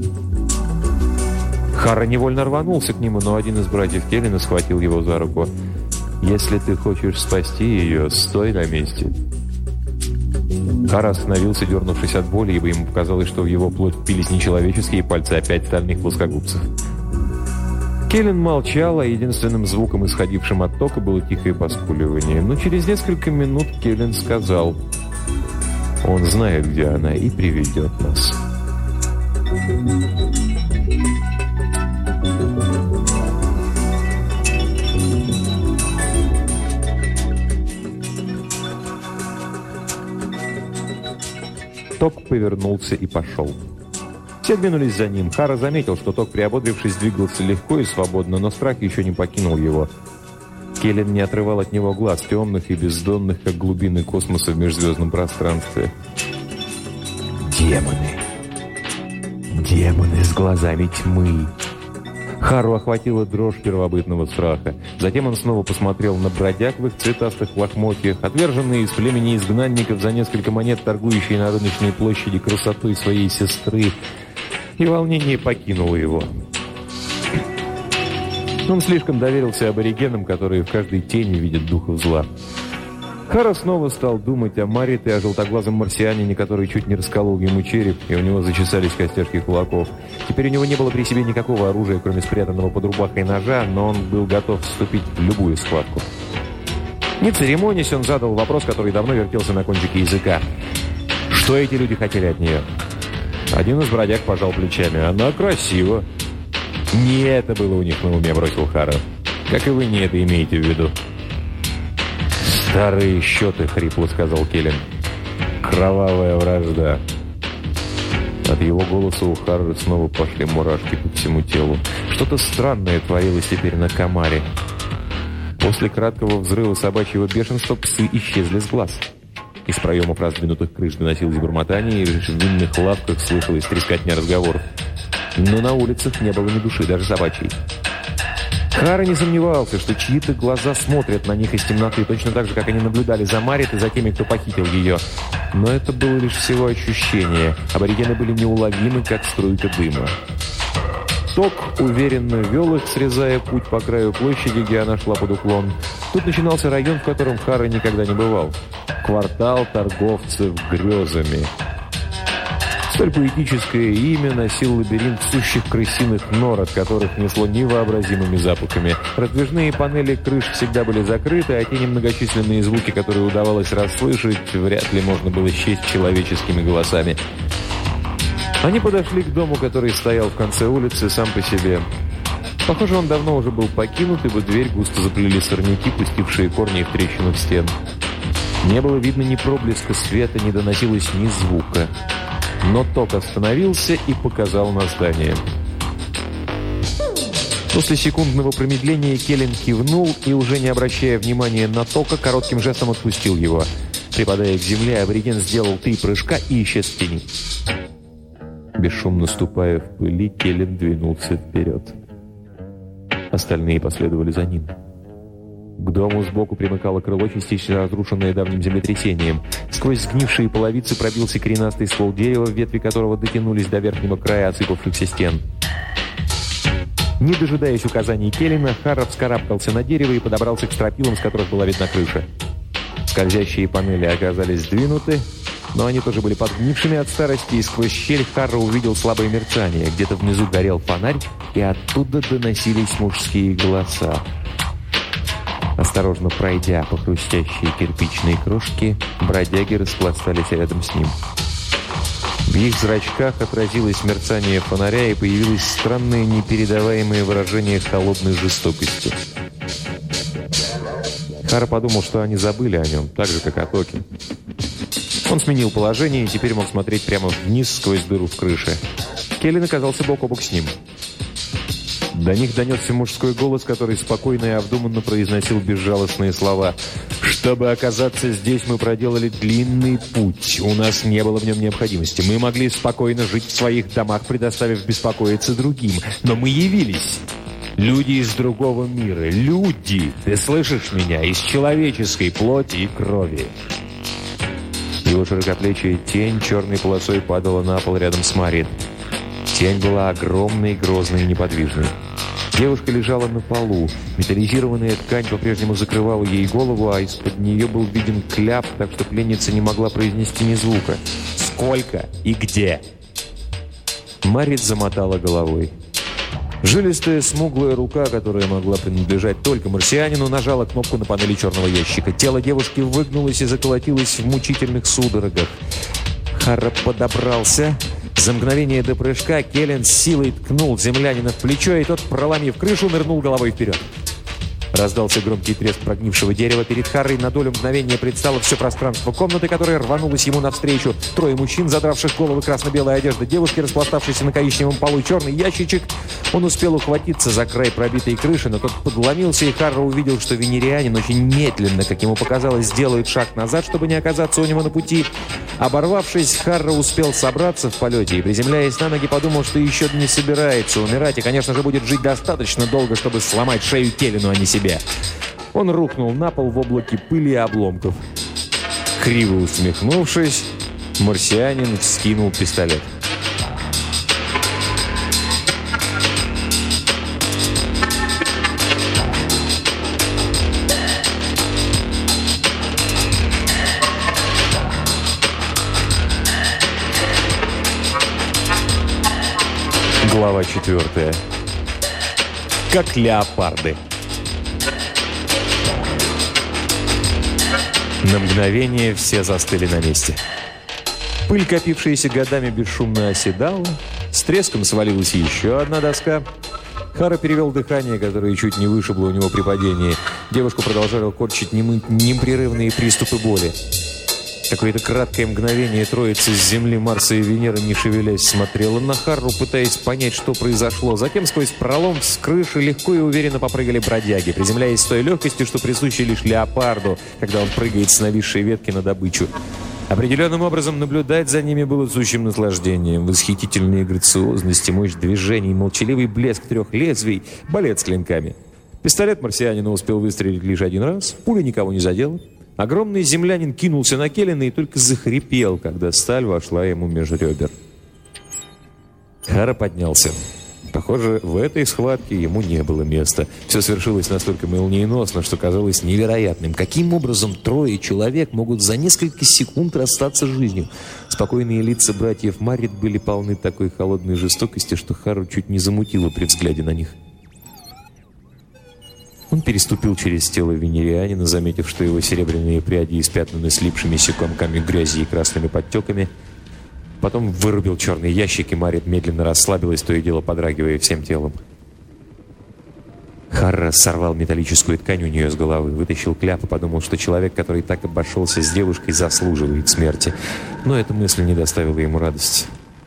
Харра невольно рванулся к нему, но один из братьев Келлена схватил его за руку. «Если ты хочешь спасти ее, стой на месте». Харра остановился, дернувшись от боли, ибо ему показалось, что в его плоть впились нечеловеческие пальцы опять стальных плоскогубцев. Келлен молчал, а единственным звуком, исходившим от Тока, было тихое поскуливание. Но через несколько минут Келлен сказал: «Он знает, где она, и приведет нас». Ток повернулся и пошел. Все двинулись за ним. Харра заметил, что Ток, приободрившись, двигался легко и свободно, но страх еще не покинул его. Келлен не отрывал от него глаз, темных и бездонных, как глубины космоса в межзвездном пространстве. «Демоны! Демоны с глазами тьмы. Хару охватила дрожь первобытного страха. Затем он снова посмотрел на бродяг в их цветастых лохмотьях, отверженные из племени изгнанников за несколько монет, торгующие на рыночной площади красотой своей сестры, и волнение покинуло его. Он слишком доверился аборигенам, которые в каждой тени видят духов зла. Хара снова стал думать о Марит и о желтоглазом марсианине, который чуть не расколол ему череп, и у него зачесались костяшки кулаков. Теперь у него не было при себе никакого оружия, кроме спрятанного под рубахой ножа, но он был готов вступить в любую схватку. Не церемонясь, он задал вопрос, который давно вертелся на кончике языка. Что эти люди хотели от нее? Один из бродяг пожал плечами. Она красива. Не это было у них на уме, бросил Хара. Как и вы не это имеете в виду. «Старые счеты», — хрипло сказал Келлен. «Кровавая вражда». От его голоса у Харры снова пошли мурашки по всему телу. Что-то странное творилось теперь на Камаре. После краткого взрыва собачьего бешенства псы исчезли с глаз. Из проемов раздвинутых крыш доносилось бормотание, и в винных лавках слышалась трескотня разговоров. Но на улицах не было ни души, даже собачьей. Хара не сомневался, что чьи-то глаза смотрят на них из темноты, точно так же, как они наблюдали за Марит и за теми, кто похитил ее. Но это было лишь всего ощущение. Аборигены были неуловимы, как струйка дыма. Ток уверенно вел их, срезая путь по краю площади, где она шла под уклон. Тут начинался район, в котором Хара никогда не бывал. Квартал торговцев грезами. Столь поэтическое имя носил лабиринт сущих крысиных нор, от которых несло невообразимыми запахами. Раздвижные панели крыш всегда были закрыты, а те немногочисленные звуки, которые удавалось расслышать, вряд ли можно было счесть человеческими голосами. Они подошли к дому, который стоял в конце улицы сам по себе. Похоже, он давно уже был покинут, ибо дверь густо заплели сорняки, пустившие корни в трещину в стен. Не было видно ни проблеска света, не доносилось ни звука. Но ток остановился и показал на здание. После секундного промедления Келлен кивнул и, уже не обращая внимания на тока, коротким жестом отпустил его. Припадая к земле, абориген сделал три прыжка и исчез в тени. Бесшумно ступая в пыли, Келлен двинулся вперед. Остальные последовали за ним. К дому сбоку примыкало крыло, частично разрушенное давним землетрясением. Сквозь сгнившие половицы пробился коренастый ствол дерева, ветви которого дотянулись до верхнего края осыпавшихся стен. Не дожидаясь указаний Келлена, Хара вскарабкался на дерево и подобрался к стропилам, с которых была видна крыша. Скользящие панели оказались сдвинуты, но они тоже были подгнившими от старости, и сквозь щель Хара увидел слабое мерцание. Где-то внизу горел фонарь, и оттуда доносились мужские голоса. Осторожно пройдя по хрустящей кирпичной крошке, бродяги распластались рядом с ним. В их зрачках отразилось мерцание фонаря, и появилось странное непередаваемое выражение холодной жестокости. Хара подумал, что они забыли о нем, так же, как о Токе. Он сменил положение и теперь мог смотреть прямо вниз сквозь дыру в крыше. Келлен оказался бок о бок с ним. До них донесся мужской голос, который спокойно и обдуманно произносил безжалостные слова. «Чтобы оказаться здесь, мы проделали длинный путь. У нас не было в нем необходимости. Мы могли спокойно жить в своих домах, предоставив беспокоиться другим. Но мы явились. Люди из другого мира. Люди! Ты слышишь меня? Из человеческой плоти и крови». Его широкоплечья тень черной полосой падала на пол рядом с Марит. Тень была огромной, грозной и неподвижной. Девушка лежала на полу. Металлизированная ткань по-прежнему закрывала ей голову, а из-под нее был виден кляп, так что пленница не могла произнести ни звука. «Сколько и где?» Марит замотала головой. Жилистая, смуглая рука, которая могла принадлежать только марсианину, нажала кнопку на панели черного ящика. Тело девушки выгнулось и заколотилось в мучительных судорогах. Хара подобрался. За мгновение до прыжка Келлен с силой ткнул землянина в плечо, и тот, проломив крышу, нырнул головой вперед. Раздался громкий треск прогнившего дерева. Перед Харрой на долю мгновения предстало все пространство комнаты, которое рванулось ему навстречу. Трое мужчин, задравших головы, красно-белая одежда девушки, распластавшейся на коричневом полу, черный ящичек. Он успел ухватиться за край пробитой крыши, но тот подломился, и Харра увидел, что венерианин очень медленно, как ему показалось, делает шаг назад, чтобы не оказаться у него на пути. Оборвавшись, Харра успел собраться в полете и, приземляясь на ноги, подумал, что еще не собирается умирать и, конечно же, будет жить достаточно долго, чтобы сломать шею Келлину, а не себе. Он рухнул на пол в облаке пыли и обломков. Криво усмехнувшись, марсианин вскинул пистолет. Глава четвертая. Как леопарды. На мгновение все застыли на месте. Пыль, копившаяся годами, бесшумно оседала. С треском свалилась еще одна доска. Харра перевел дыхание, которое чуть не вышибло у него при падении. Девушку продолжали корчить непрерывные приступы боли. Какое-то краткое мгновение троица с Земли, Марса и Венеры, не шевелясь, смотрела на Харру, пытаясь понять, что произошло. Затем сквозь пролом с крыши легко и уверенно попрыгали бродяги, приземляясь с той легкостью, что присуща лишь леопарду, когда он прыгает с нависшей ветки на добычу. Определенным образом наблюдать за ними было сущим наслаждением. Восхитительная грациозность и мощь движений, молчаливый блеск трех лезвий, балет с клинками. Пистолет марсианина успел выстрелить лишь один раз, пуля никого не задела. Огромный землянин кинулся на Келлина и только захрипел, когда сталь вошла ему между ребер. Харра поднялся. Похоже, в этой схватке ему не было места. Все свершилось настолько молниеносно, что казалось невероятным. Каким образом трое человек могут за несколько секунд расстаться с жизнью? Спокойные лица братьев Маррит были полны такой холодной жестокости, что Харру чуть не замутило при взгляде на них. Он переступил через тело венерианина, заметив, что его серебряные пряди испятнаны слипшимися комками грязи и красными подтеками. Потом вырубил черный ящик, и Маррит медленно расслабилась, то и дело подрагивая всем телом. Харра сорвал металлическую ткань у нее с головы, вытащил кляп и подумал, что человек, который так обошелся с девушкой, заслуживает смерти. Но эта мысль не доставила ему радости.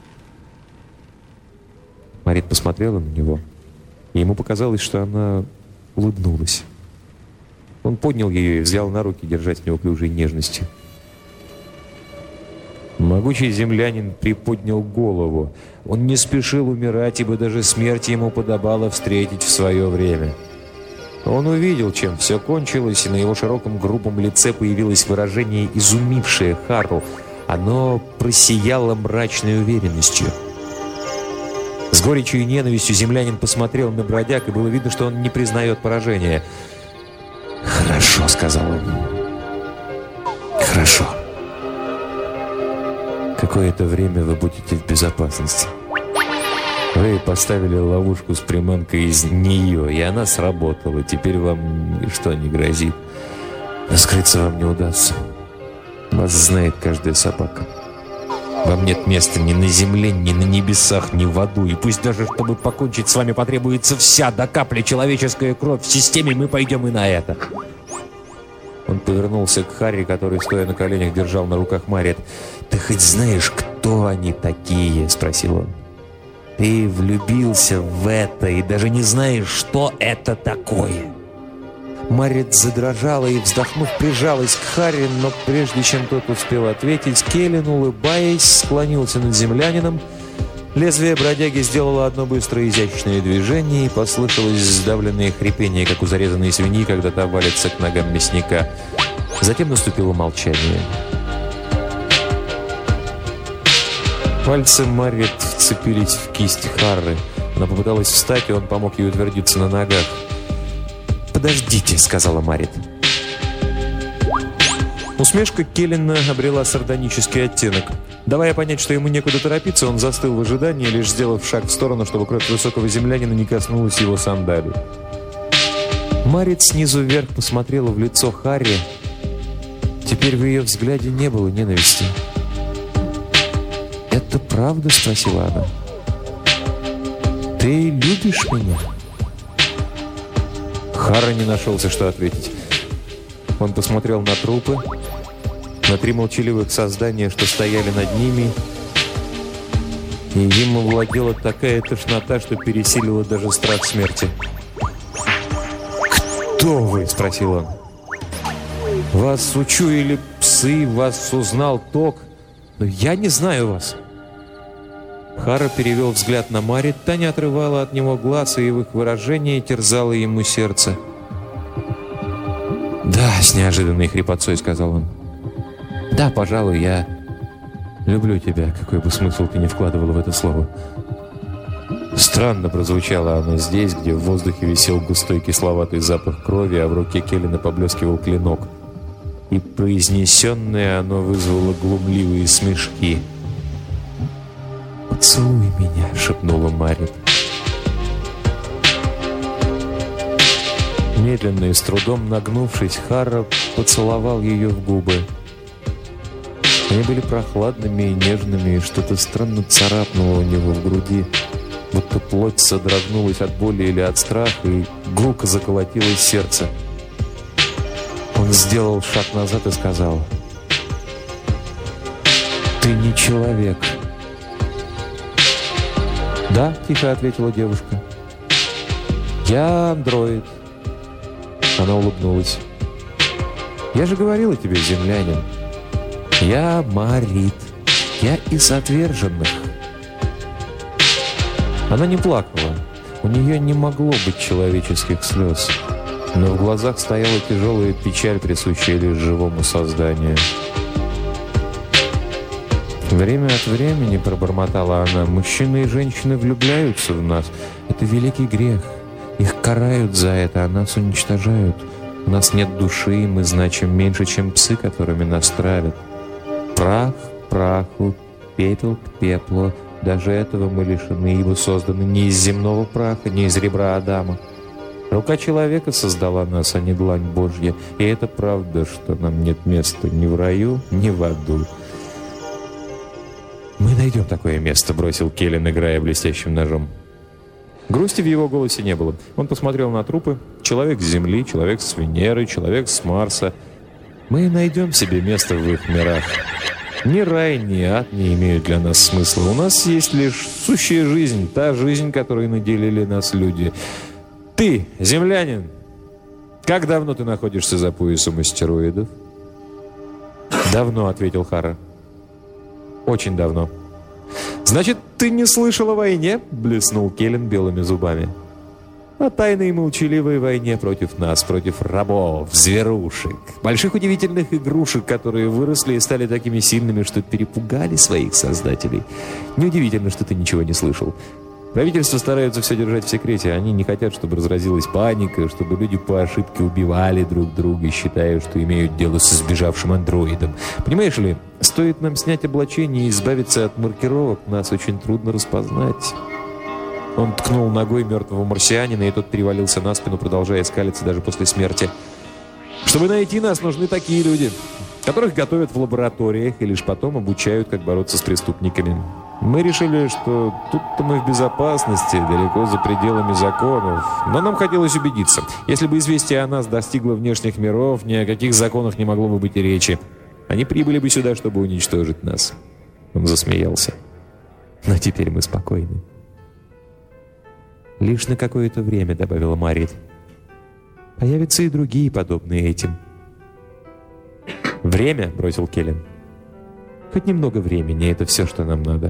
Маррит посмотрела на него, и ему показалось, что она улыбнулась. Он поднял ее и взял на руки, держась с неуклюжей нежностью. Могучий землянин приподнял голову. Он не спешил умирать, ибо даже смерть ему подобало встретить в свое время. Он увидел, чем все кончилось, и на его широком грубом лице появилось выражение, изумившее Харру. Оно просияло мрачной уверенностью. С горечью и ненавистью землянин посмотрел на бродяг, и было видно, что он не признает поражения. «Хорошо», — сказал он. «Хорошо. Какое-то время вы будете в безопасности. Вы поставили ловушку с приманкой из нее, и она сработала. Теперь вам ничто не грозит. Но скрыться вам не удастся. Вас знает каждая собака. Вам нет места ни на земле, ни на небесах, ни в аду. И пусть даже, чтобы покончить с вами, потребуется вся до капли человеческая кровь в системе, мы пойдем и на это». Он повернулся к Харри, который, стоя на коленях, держал на руках Маррит. «Ты хоть знаешь, кто они такие?» — спросил он. «Ты влюбился в это и даже не знаешь, что это такое». Маррит задрожала и, вздохнув, прижалась к Харри, но прежде чем тот успел ответить, Келлин, улыбаясь, склонился над землянином. Лезвие бродяги сделало одно быстрое изящное движение, и послышалось сдавленное хрипение, как у зарезанной свиньи, когда та валится к ногам мясника. Затем наступило молчание. Пальцы Маррит вцепились в кисть Харры. Она попыталась встать, и он помог ей утвердиться на ногах. «Подождите», — сказала Маррит. Усмешка Келлина обрела сардонический оттенок. Давая понять, что ему некуда торопиться, он застыл в ожидании, лишь сделав шаг в сторону, чтобы кровь высокого землянина не коснулась его сандалий. Маррит снизу вверх посмотрела в лицо Харри. Теперь в ее взгляде не было ненависти. «Это правда?» — спросила она. «Ты любишь меня?» Хара не нашелся, что ответить. Он посмотрел на трупы, на три молчаливых создания, что стояли над ними, и им овладела такая тошнота, что пересилила даже страх смерти. «Кто вы?» — спросил он. «Вас учуяли псы, вас узнал Ток, но я не знаю вас». Хара перевел взгляд на Марит, та не отрывала от него глаз, и в их выражении терзало ему сердце. «Да», — с неожиданной хрипотцой сказал он. «Да, пожалуй, я люблю тебя, какой бы смысл ты ни вкладывала в это слово». Странно прозвучало оно здесь, где в воздухе висел густой кисловатый запах крови, а в руке Келлина поблескивал клинок. И произнесенное оно вызвало глумливые смешки. «Поцелуй меня», — шепнула Марит. Медленно и с трудом нагнувшись, Хара поцеловал ее в губы. Они были прохладными и нежными, и что-то странно царапнуло у него в груди, будто плоть содрогнулась от боли или от страха, и гулко заколотилось сердце. Он сделал шаг назад и сказал: «Ты не человек». «Да», — тихо ответила девушка. «Я андроид». Она улыбнулась. «Я же говорила тебе, землянин. Я Марит. Я из отверженных». Она не плакала. У нее не могло быть человеческих слез. Но в глазах стояла тяжелая печаль, присущая лишь живому созданию. «Время от времени, — пробормотала она, — мужчины и женщины влюбляются в нас. Это великий грех. Их карают за это, а нас уничтожают. У нас нет души, и мы значим меньше, чем псы, которыми нас травят. Прах к праху, пепел к пеплу. Даже этого мы лишены, ибо созданы не из земного праха, не из ребра Адама. Рука человека создала нас, а не длань Божья. И это правда, что нам нет места ни в раю, ни в аду». «Мы найдем такое место», — бросил Келлин, играя блестящим ножом. Грусти в его голосе не было. Он посмотрел на трупы. Человек с Земли, человек с Венеры, человек с Марса. «Мы найдем себе место в их мирах. Ни рай, ни ад не имеют для нас смысла. У нас есть лишь сущая жизнь, та жизнь, которой наделили нас люди. Ты, землянин, как давно ты находишься за поясом астероидов?» «Давно», — ответил Хара. «Очень давно». «Значит, ты не слышал о войне?» — блеснул Келлин белыми зубами. «О тайной и молчаливой войне против нас, против рабов, зверушек, больших удивительных игрушек, которые выросли и стали такими сильными, что перепугали своих создателей. Неудивительно, что ты ничего не слышал. Правительства стараются все держать в секрете. Они не хотят, чтобы разразилась паника, чтобы люди по ошибке убивали друг друга, считая, что имеют дело с избежавшим андроидом. Понимаешь ли, стоит нам снять облачение и избавиться от маркировок, нас очень трудно распознать». Он ткнул ногой мертвого марсианина, и тот перевалился на спину, продолжая скалиться даже после смерти. «Чтобы найти нас, нужны такие люди, которых готовят в лабораториях и лишь потом обучают, как бороться с преступниками. Мы решили, что тут-то мы в безопасности, далеко за пределами законов. Но нам хотелось убедиться. Если бы известие о нас достигло внешних миров, ни о каких законах не могло бы быть и речи. Они прибыли бы сюда, чтобы уничтожить нас». Он засмеялся. «Но теперь мы спокойны». «Лишь на какое-то время», — добавила Марит. «Появятся и другие, подобные этим». «Время?» — бросил Келлин. «Хоть немного времени, это все, что нам надо».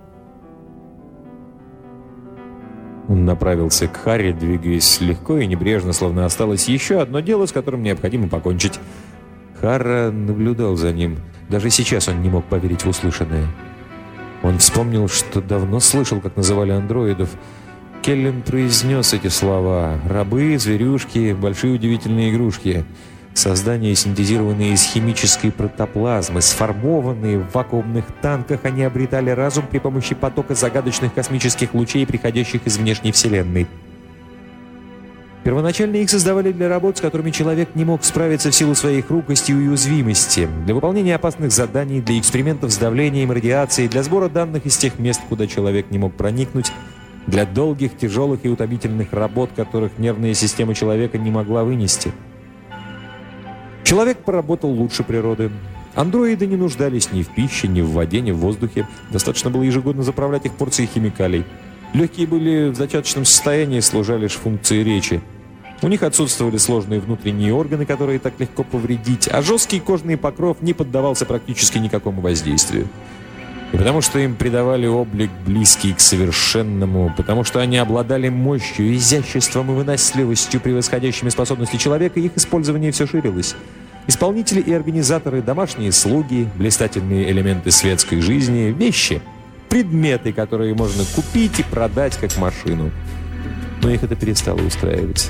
Он направился к Харри, двигаясь легко и небрежно, словно осталось еще одно дело, с которым необходимо покончить. Харра наблюдал за ним. Даже сейчас он не мог поверить в услышанное. Он вспомнил, что давно слышал, как называли андроидов. Келлин произнес эти слова: «Рабы, зверюшки, большие удивительные игрушки». Создания, синтезированные из химической протоплазмы, сформованные в вакуумных танках, они обретали разум при помощи потока загадочных космических лучей, приходящих из внешней Вселенной. Первоначально их создавали для работ, с которыми человек не мог справиться в силу своей хрупкости и уязвимости, для выполнения опасных заданий, для экспериментов с давлением, радиацией, для сбора данных из тех мест, куда человек не мог проникнуть, Для долгих, тяжелых и утомительных работ, которых нервная система человека не могла вынести. Человек поработал лучше природы. Андроиды не нуждались ни в пище, ни в воде, ни в воздухе. Достаточно было ежегодно заправлять их порцией химикалий. Легкие были в зачаточном состоянии, служа лишь функции речи. У них отсутствовали сложные внутренние органы, которые так легко повредить, а жесткий кожный покров не поддавался практически никакому воздействию. И потому что им придавали облик, близкий к совершенному, потому что они обладали мощью, изяществом и выносливостью, превосходящими способности человека, их использование все ширилось. Исполнители и организаторы, домашние слуги, блистательные элементы светской жизни, вещи, предметы, которые можно купить и продать как машину. Но их это перестало устраивать.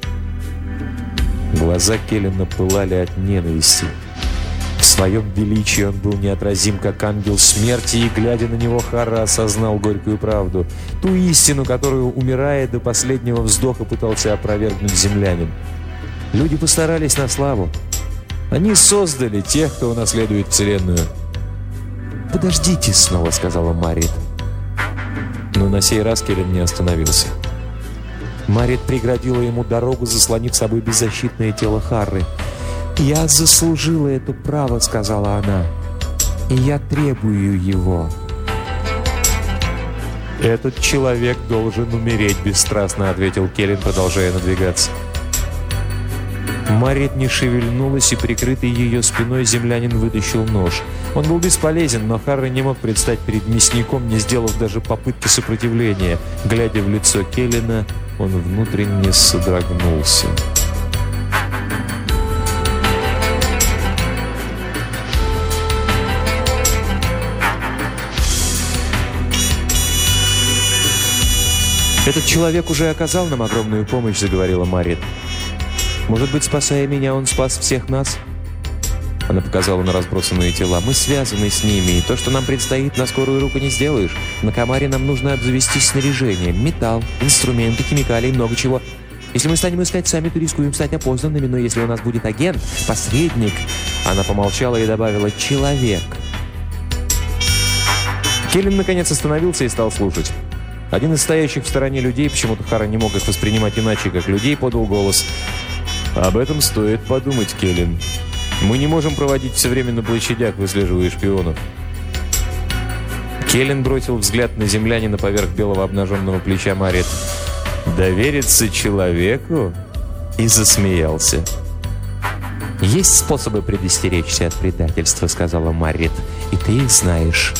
Глаза Келлена пылали от ненависти. В своем величии он был неотразим, как ангел смерти, и, глядя на него, Харра осознал горькую правду. Ту истину, которую, умирая до последнего вздоха, пытался опровергнуть землянин. Люди постарались на славу. Они создали тех, кто унаследует Вселенную. «Подождите», — снова сказала Марит. Но на сей раз Келлен не остановился. Марит преградила ему дорогу, заслонив собой беззащитное тело Харры. «Я заслужила это право», — сказала она, — «и я требую его». «Этот человек должен умереть», — бесстрастно ответил Келлен, продолжая надвигаться. Марит не шевельнулась, и, прикрытый ее спиной, землянин вытащил нож. Он был бесполезен, но Харра не мог предстать перед мясником, не сделав даже попытки сопротивления. Глядя в лицо Келлена, он внутренне содрогнулся. «Этот человек уже оказал нам огромную помощь», — заговорила Марит. «Может быть, спасая меня, он спас всех нас?» Она показала на разбросанные тела. «Мы связаны с ними, и то, что нам предстоит, на скорую руку не сделаешь. На Камаре нам нужно обзавестись снаряжением. Металл, инструменты, химикалии, много чего. Если мы станем искать сами, то рискуем стать опознанными, но если у нас будет агент, посредник...» Она помолчала и добавила: «человек». Келлен наконец остановился и стал слушать. Один из стоящих в стороне людей, почему-то Харра не мог их воспринимать иначе, как людей, подал голос: «Об этом стоит подумать, Келлен. Мы не можем проводить все время на площадях, выслеживая шпионов». Келлен бросил взгляд на землянина поверх белого обнаженного плеча Марит. «Довериться человеку?» И засмеялся. «Есть способы предостеречься от предательства», — сказала Марит, — «и ты их знаешь».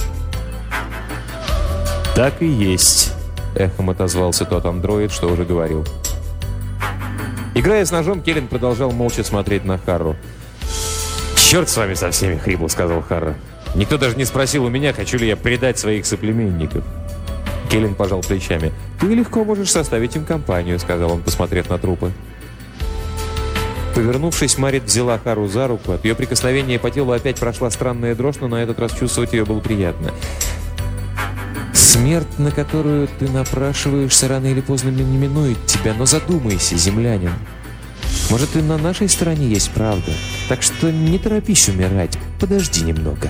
«Так и есть», — эхом отозвался тот андроид, что уже говорил. Играя с ножом, Келлен продолжал молча смотреть на Харру. «Черт с вами со всеми», — хрипло сказал Харра. «Никто даже не спросил у меня, хочу ли я предать своих соплеменников». Келлен пожал плечами. «Ты легко можешь составить им компанию», — сказал он, посмотрев на трупы. Повернувшись, Марит взяла Харру за руку. От ее прикосновения по телу опять прошла странная дрожь, но на этот раз чувствовать ее было приятно. «Смерть, на которую ты напрашиваешься, рано или поздно не минует тебя, но задумайся, землянин. Может, и на нашей стороне есть правда, так что не торопись умирать, подожди немного».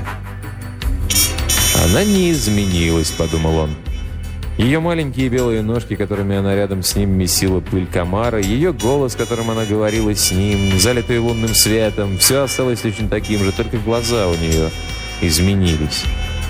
«Она не изменилась», — подумал он. Ее маленькие белые ножки, которыми она рядом с ним месила пыль комара, ее голос, которым она говорила с ним, залитый лунным светом, все осталось точно таким же, только глаза у нее изменились.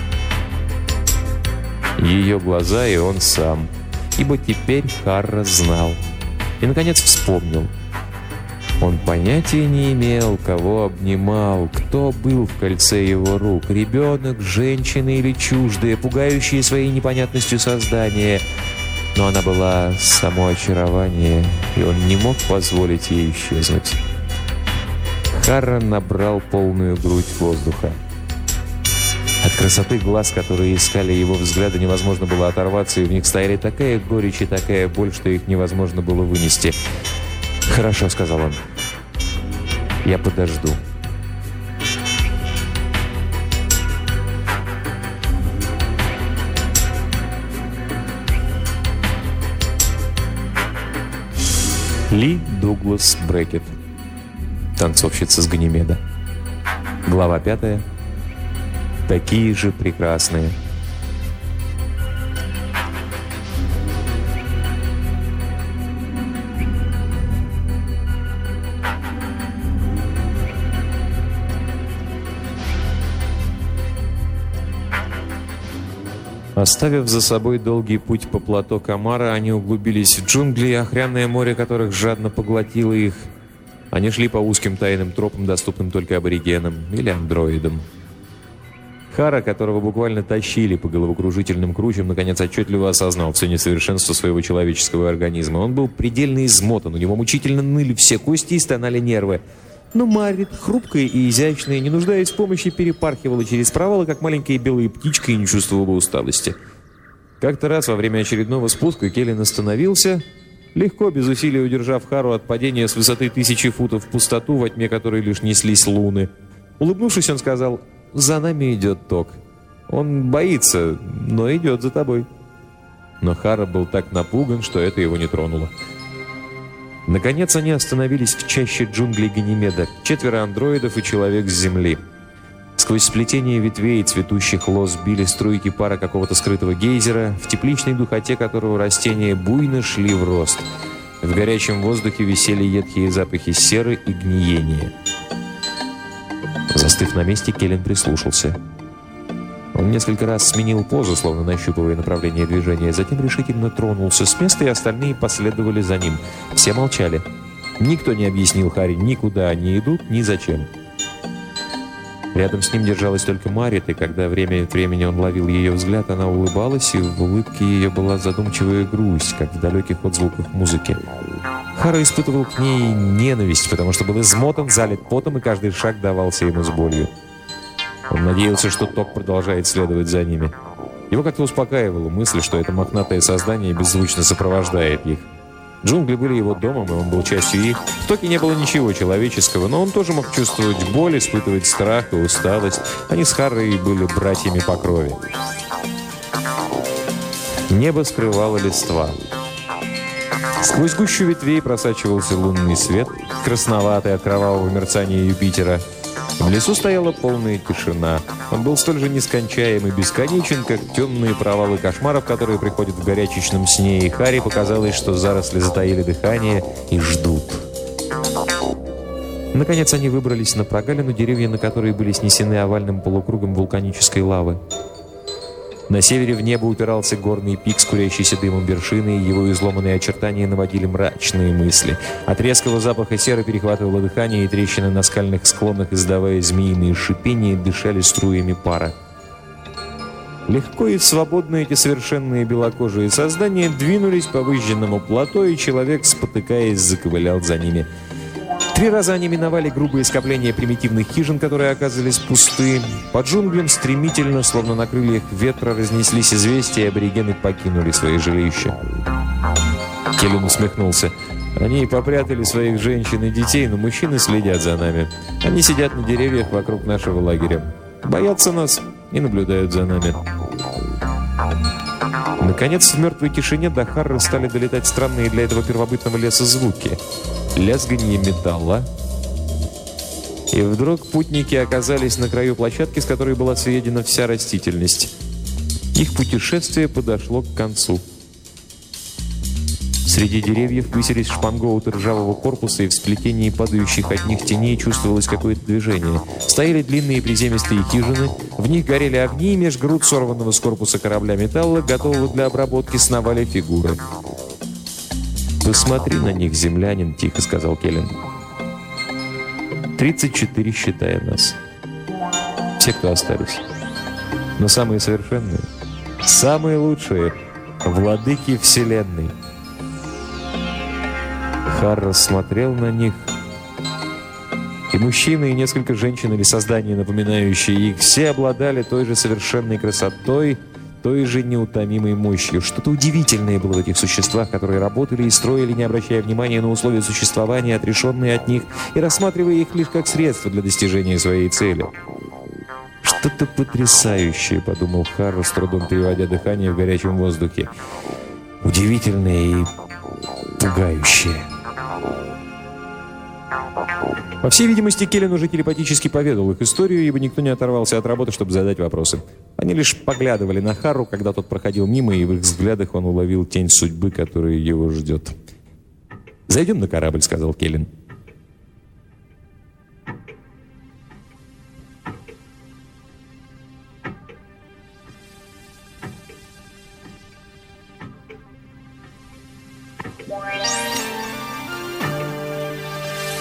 Ее глаза и он сам. Ибо теперь Харра знал. И, наконец, вспомнил. Он понятия не имел, кого обнимал, кто был в кольце его рук. Ребенок, женщина или чуждое, пугающее своей непонятностью создание. Но она была само очарование, и он не мог позволить ей исчезнуть. Харра набрал полную грудь воздуха. От красоты глаз, которые искали его взгляда, невозможно было оторваться, и в них стояли такая горечь и такая боль, что их невозможно было вынести. «Хорошо», — сказал он. «Я подожду». Ли Дуглас Брекет. Танцовщица с Ганимеда. Глава пятая. Такие же прекрасные. Оставив за собой долгий путь по плато Камара, они углубились в джунгли, охряное море которых жадно поглотило их. Они шли по узким тайным тропам, доступным только аборигенам или андроидам. Хара, которого буквально тащили по головокружительным кручам, наконец отчетливо осознал все несовершенство своего человеческого организма. Он был предельно измотан, у него мучительно ныли все кости и стонали нервы. Но Маррит, хрупкая и изящная, не нуждаясь в помощи, перепархивала через провалы, как маленькая белая птичка, и не чувствовала усталости. Как-то раз во время очередного спуска Келлен остановился, легко, без усилий удержав Хару от падения с высоты тысячи футов в пустоту, во тьме которой лишь неслись луны. Улыбнувшись, он сказал: «За нами идет Ток. Он боится, но идет за тобой». Но Хара был так напуган, что это его не тронуло. Наконец они остановились в чаще джунглей Ганимеда. Четверо андроидов и человек с Земли. Сквозь сплетение ветвей и цветущих лоз били струйки пара какого-то скрытого гейзера, в тепличной духоте которого растения буйно шли в рост. В горячем воздухе висели едкие запахи серы и гниения. Застыв на месте, Келлен прислушался. Он несколько раз сменил позу, словно нащупывая направление движения, затем решительно тронулся с места, и остальные последовали за ним. Все молчали. Никто не объяснил Харе ни куда они идут, ни зачем. Рядом с ним держалась только Маррит, и когда время от времени он ловил ее взгляд, она улыбалась, и в улыбке ее была задумчивая грусть, как в далеких отзвуках музыки. Хара испытывал к ней ненависть, потому что был измотан, залит потом, и каждый шаг давался ему с болью. Он надеялся, что Ток продолжает следовать за ними. Его как-то успокаивала мысль, что это мохнатое создание беззвучно сопровождает их. Джунгли были его домом, и он был частью их. В Токе не было ничего человеческого, но он тоже мог чувствовать боль, испытывать страх и усталость. Они с Харрой были братьями по крови. Небо скрывало листва. Сквозь гущу ветвей просачивался лунный свет, красноватый от кровавого мерцания Юпитера. В лесу стояла полная тишина. Он был столь же нескончаем и бесконечен, как темные провалы кошмаров, которые приходят в горячечном сне, и Харе показалось, что заросли затаили дыхание и ждут. Наконец они выбрались на прогалину, деревья на которые были снесены овальным полукругом вулканической лавы. На севере в небо упирался горный пик с курящейся дымом вершины, и его изломанные очертания наводили мрачные мысли. От резкого запаха серы перехватывало дыхание, и трещины на скальных склонах, издавая змеиные шипения, дышали струями пара. Легко и свободно эти совершенные белокожие создания двинулись по выжженному плато, и человек, спотыкаясь, заковылял за ними. Три раза они миновали грубые скопления примитивных хижин, которые оказались пусты. По джунглям стремительно, словно на крыльях ветра, разнеслись известия, и аборигены покинули свои жилища. Келлен усмехнулся. Они попрятали своих женщин и детей, но мужчины следят за нами. Они сидят на деревьях вокруг нашего лагеря. Боятся нас и наблюдают за нами. Наконец, в мертвой тишине до Харры стали долетать странные для этого первобытного леса звуки. Лязганье металла. И вдруг путники оказались на краю площадки, с которой была съедена вся растительность. Их путешествие подошло к концу. Среди деревьев высились шпангоуты ржавого корпуса, и в сплетении падающих от них теней чувствовалось какое-то движение. Стояли длинные приземистые хижины, в них горели огни, и меж груд сорванного с корпуса корабля металла, готового для обработки, сновали фигуры. «Посмотри на них, землянин», — тихо сказал Келлен. «Тридцать четыре, считая нас. Все, кто остались. Но самые совершенные, самые лучшие, владыки Вселенной». Харра смотрел на них, и мужчины, и несколько женщин или создания, напоминающие их, все обладали той же совершенной красотой, той же неутомимой мощью. Что-то удивительное было в этих существах, которые работали и строили, не обращая внимания на условия существования, отрешенные от них, и рассматривая их лишь как средство для достижения своей цели. «Что-то потрясающее», — подумал Харра, с трудом переводя дыхание в горячем воздухе. «Удивительное и пугающее». По всей видимости, Келлен уже телепатически поведал их историю, ибо никто не оторвался от работы, чтобы задать вопросы. Они лишь поглядывали на Харру, когда тот проходил мимо, и в их взглядах он уловил тень судьбы, которая его ждет. «Зайдем на корабль», — сказал Келлен.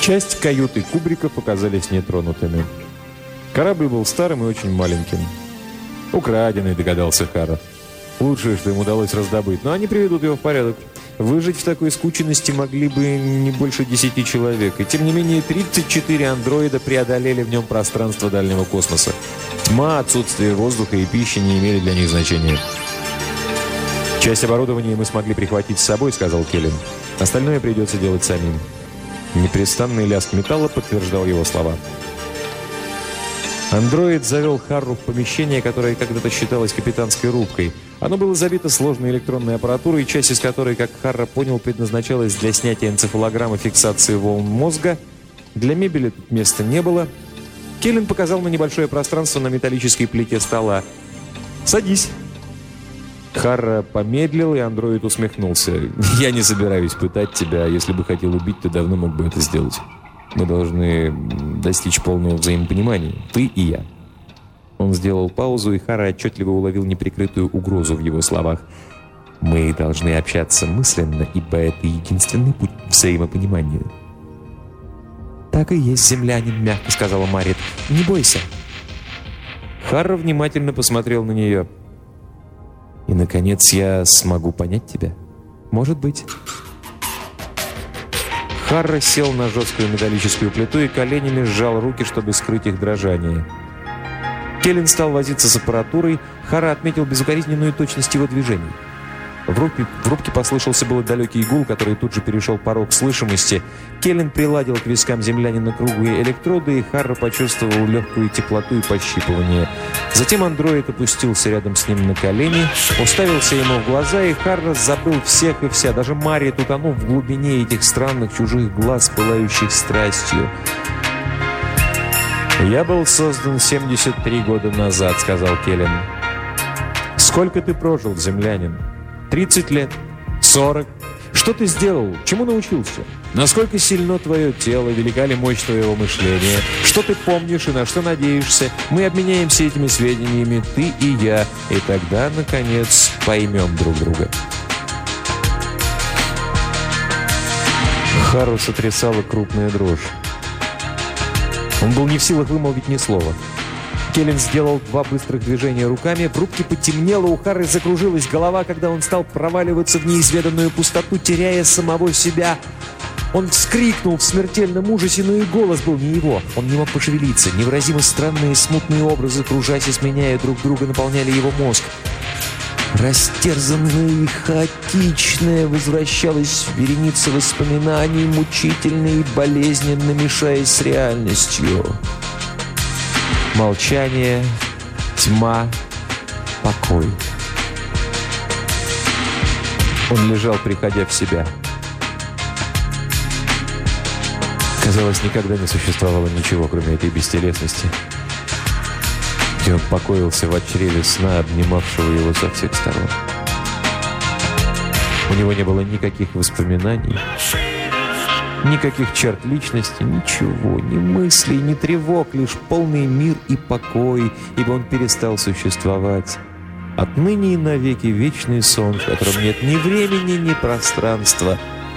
Часть каюты кубриков оказались нетронутыми. Корабль был старым и очень маленьким. «Украденный», догадался Хара. Лучшее, что им удалось раздобыть, но они приведут его в порядок. Выжить в такой скученности могли бы не больше десяти человек, и тем не менее тридцать четыре андроида преодолели в нем пространство дальнего космоса. Тьма, отсутствие воздуха и пищи не имели для них значения. «Часть оборудования мы смогли прихватить с собой», — сказал Келлен. «Остальное придется делать самим». Непрестанный лязг металла подтверждал его слова. Андроид завел Харру в помещение, которое когда-то считалось капитанской рубкой. Оно было забито сложной электронной аппаратурой, часть из которой, как Харра понял, предназначалась для снятия энцефалограммы фиксации волн мозга. Для мебели тут места не было. Келлен показал на небольшое пространство на металлической плите стола. «Садись». Харра помедлил, и андроид усмехнулся. «Я не собираюсь пытать тебя. Если бы хотел убить, то давно мог бы это сделать. Мы должны достичь полного взаимопонимания. Ты и я». Он сделал паузу, и Харра отчетливо уловил неприкрытую угрозу в его словах. «Мы должны общаться мысленно, ибо это единственный путь к взаимопониманию». «Так и есть, землянин», — мягко сказала Марит. «Не бойся». Харра внимательно посмотрел на нее. «И, наконец, я смогу понять тебя? Может быть». Харра сел на жесткую металлическую плиту и коленями сжал руки, чтобы скрыть их дрожание. Келлен стал возиться с аппаратурой. Харра отметил безукоризненную точность его движений. В рубке, в рубке послышался было далекий гул, который тут же перешел порог слышимости. Келлен приладил к вискам землянина круглые электроды, и Харра почувствовал легкую теплоту и пощипывание. Затем андроид опустился рядом с ним на колени, уставился ему в глаза, и Харра забыл всех и вся, даже Мария, утонув в глубине этих странных чужих глаз, пылающих страстью. «Я был создан семьдесят три года назад», — сказал Келлен. «Сколько ты прожил, землянин? тридцать лет? сорок? Что ты сделал? Чему научился? Насколько сильно твое тело? Велика ли мощь твоего мышления? Что ты помнишь и на что надеешься? Мы обменяемся этими сведениями, ты и я, и тогда, наконец, поймем друг друга». Харру сотрясала крупная дрожь. Он был не в силах вымолвить ни слова. Келлен сделал два быстрых движения руками, в рубке потемнело, у Харры закружилась голова, когда он стал проваливаться в неизведанную пустоту, теряя самого себя. Он вскрикнул в смертельном ужасе, но и голос был не его. Он не мог пошевелиться. Невыразимо странные смутные образы, кружась и сменяя друг друга, наполняли его мозг. Растерзанное и хаотичное возвращалась вереница воспоминаний, мучительно и болезненно мешаясь с реальностью. Молчание, тьма, покой. Он лежал, приходя в себя. Казалось, никогда не существовало ничего, кроме этой бестелесности. И он покоился в чреве сна, обнимавшего его со всех сторон. У него не было никаких воспоминаний, никаких черт личности, ничего, ни мыслей, ни тревог, лишь полный мир и покой, ибо он перестал существовать. Отныне и навеки вечный сон, в котором нет ни времени, ни пространства.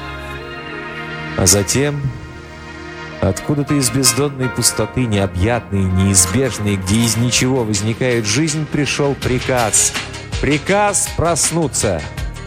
А затем... Откуда-то из бездонной пустоты, необъятной, неизбежной, где из ничего возникает жизнь, пришел приказ. Приказ проснуться.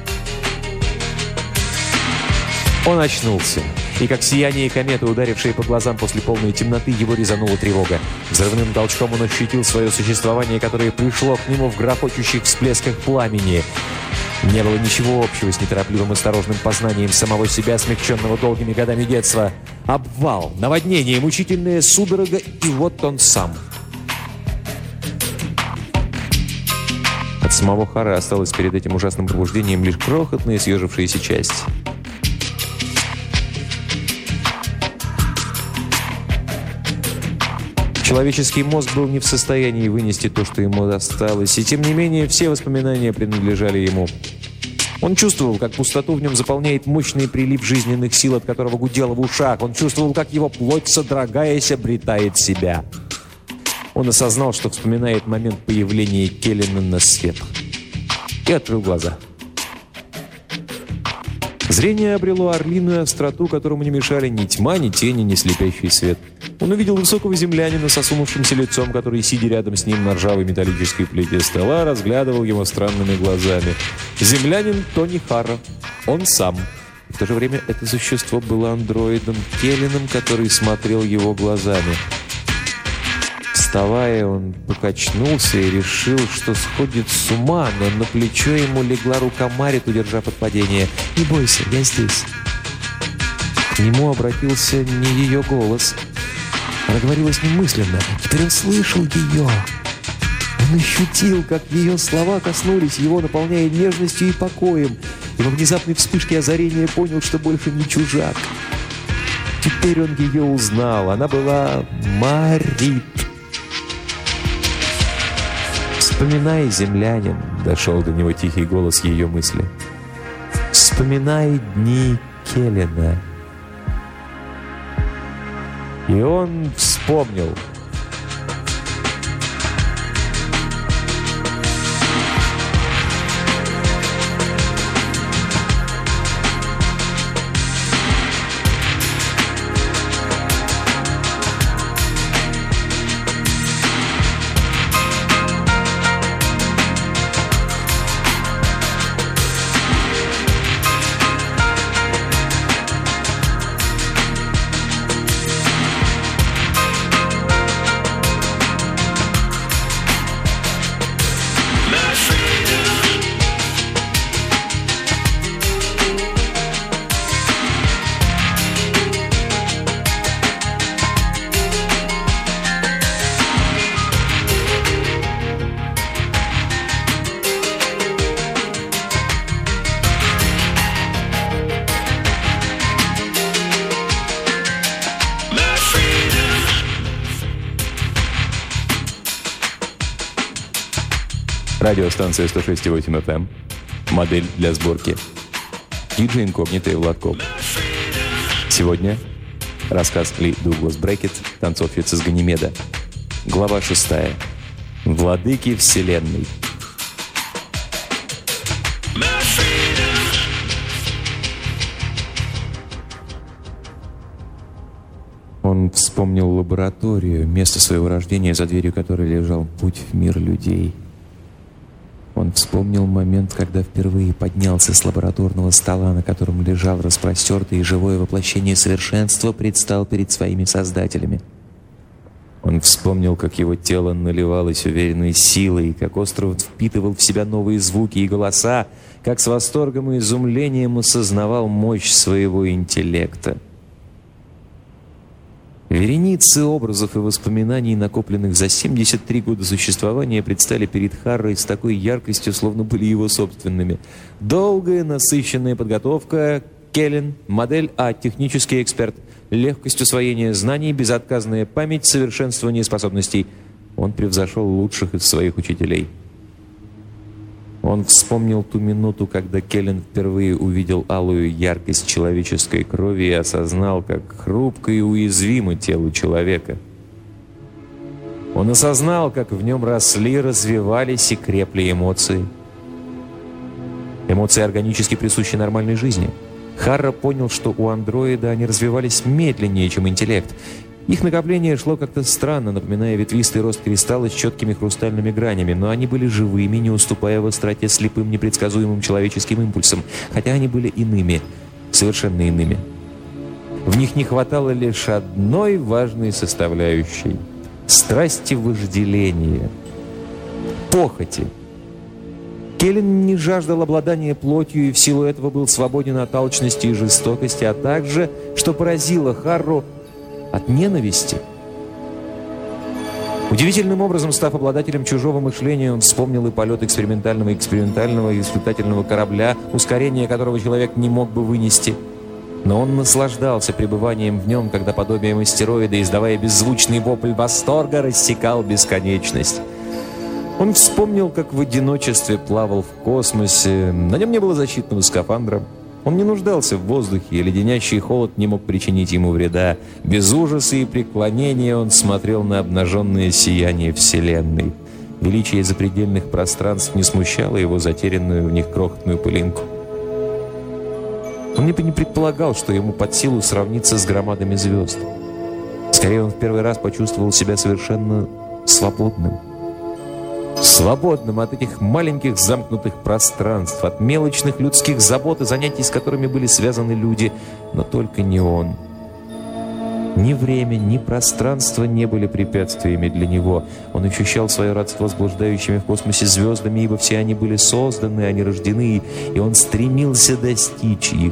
Он очнулся. И как сияние кометы, ударившей по глазам после полной темноты, его резанула тревога. Взрывным толчком он ощутил свое существование, которое пришло к нему в грохочущих всплесках пламени. Не было ничего общего с неторопливым осторожным познанием самого себя, смягченного долгими годами детства. Обвал, наводнение, мучительная судорога, и вот он сам. От самого Харры осталась перед этим ужасным пробуждением лишь крохотная съежившаяся часть. Человеческий мозг был не в состоянии вынести то, что ему досталось, и тем не менее все воспоминания принадлежали ему. Он чувствовал, как пустоту в нем заполняет мощный прилив жизненных сил, от которого гудело в ушах. Он чувствовал, как его плоть, содрогаясь, обретает себя. Он осознал, что вспоминает момент появления Келлена на свет. И открыл глаза. Зрение обрело орлиную остроту, которому не мешали ни тьма, ни тени, ни слепящий свет. Он увидел высокого землянина с осунувшимся лицом, который, сидя рядом с ним на ржавой металлической плите стола, разглядывал его странными глазами. Землянин Тони Харро. Он сам. В то же время это существо было андроидом Келленом, который смотрел его глазами. Вставая, он покачнулся и решил, что сходит с ума, но на плечо ему легла рука Марит, удержав от падения. «Не бойся, я здесь». К нему обратился не ее голос. Она говорила с ним мысленно. Теперь он слышал ее. Он ощутил, как ее слова коснулись его, наполняя нежностью и покоем. И во внезапной вспышке озарения понял, что больше не чужак. Теперь он ее узнал. Она была Марит. «Вспоминай, землянин», — дошел до него тихий голос ее мысли. «Вспоминай дни Келлена». И он вспомнил. Радиостанция сто шесть и восемь эф эм. Модель для сборки. Диджей Инкогнито и Влад Коб. Сегодня рассказ Ли Дуглас Брекет «Танцовщица с Ганимеда». Глава шестая. Владыки Вселенной. Он вспомнил лабораторию, место своего рождения, за дверью которой лежал путь в мир людей. Он вспомнил момент, когда впервые поднялся с лабораторного стола, на котором лежал распростертый и живое воплощение совершенства, предстал перед своими создателями. Он вспомнил, как его тело наливалось уверенной силой, как остров впитывал в себя новые звуки и голоса, как с восторгом и изумлением осознавал мощь своего интеллекта. Вереницы образов и воспоминаний, накопленных за семьдесят три года существования, предстали перед Харрой с такой яркостью, словно были его собственными. Долгая, насыщенная подготовка, Келлен, модель А, технический эксперт, легкость усвоения знаний, безотказная память, совершенствование способностей. Он превзошел лучших из своих учителей. Он вспомнил ту минуту, когда Келлен впервые увидел алую яркость человеческой крови и осознал, как хрупко и уязвимо тело человека. Он осознал, как в нем росли, развивались и крепли эмоции. Эмоции органически присущи нормальной жизни. Харро понял, что у андроида они развивались медленнее, чем интеллект. Их накопление шло как-то странно, напоминая ветвистый рост кристалла с четкими хрустальными гранями, но они были живыми, не уступая в остроте слепым, непредсказуемым человеческим импульсам, хотя они были иными, совершенно иными. В них не хватало лишь одной важной составляющей – страсти вожделения, похоти. Келлен не жаждал обладания плотью и в силу этого был свободен от алчности и жестокости, а также, что поразило Харру, от ненависти. Удивительным образом, став обладателем чужого мышления, он вспомнил и полет экспериментального экспериментального и испытательного корабля, ускорение которого человек не мог бы вынести. Но он наслаждался пребыванием в нем, когда подобие астероида, издавая беззвучный вопль восторга, рассекал бесконечность. Он вспомнил, как в одиночестве плавал в космосе. На нем не было защитного скафандра. Он не нуждался в воздухе, и леденящий холод не мог причинить ему вреда. Без ужаса и преклонения он смотрел на обнаженное сияние Вселенной. Величие запредельных пространств не смущало его затерянную в них крохотную пылинку. Он не предполагал, что ему под силу сравниться с громадами звезд. Скорее, он в первый раз почувствовал себя совершенно свободным. Свободным от этих маленьких замкнутых пространств, от мелочных людских забот и занятий, с которыми были связаны люди, но только не он. Ни время, ни пространство не были препятствиями для него. Он ощущал свое родство с блуждающими в космосе звездами, ибо все они были созданы, они рождены, и он стремился достичь их.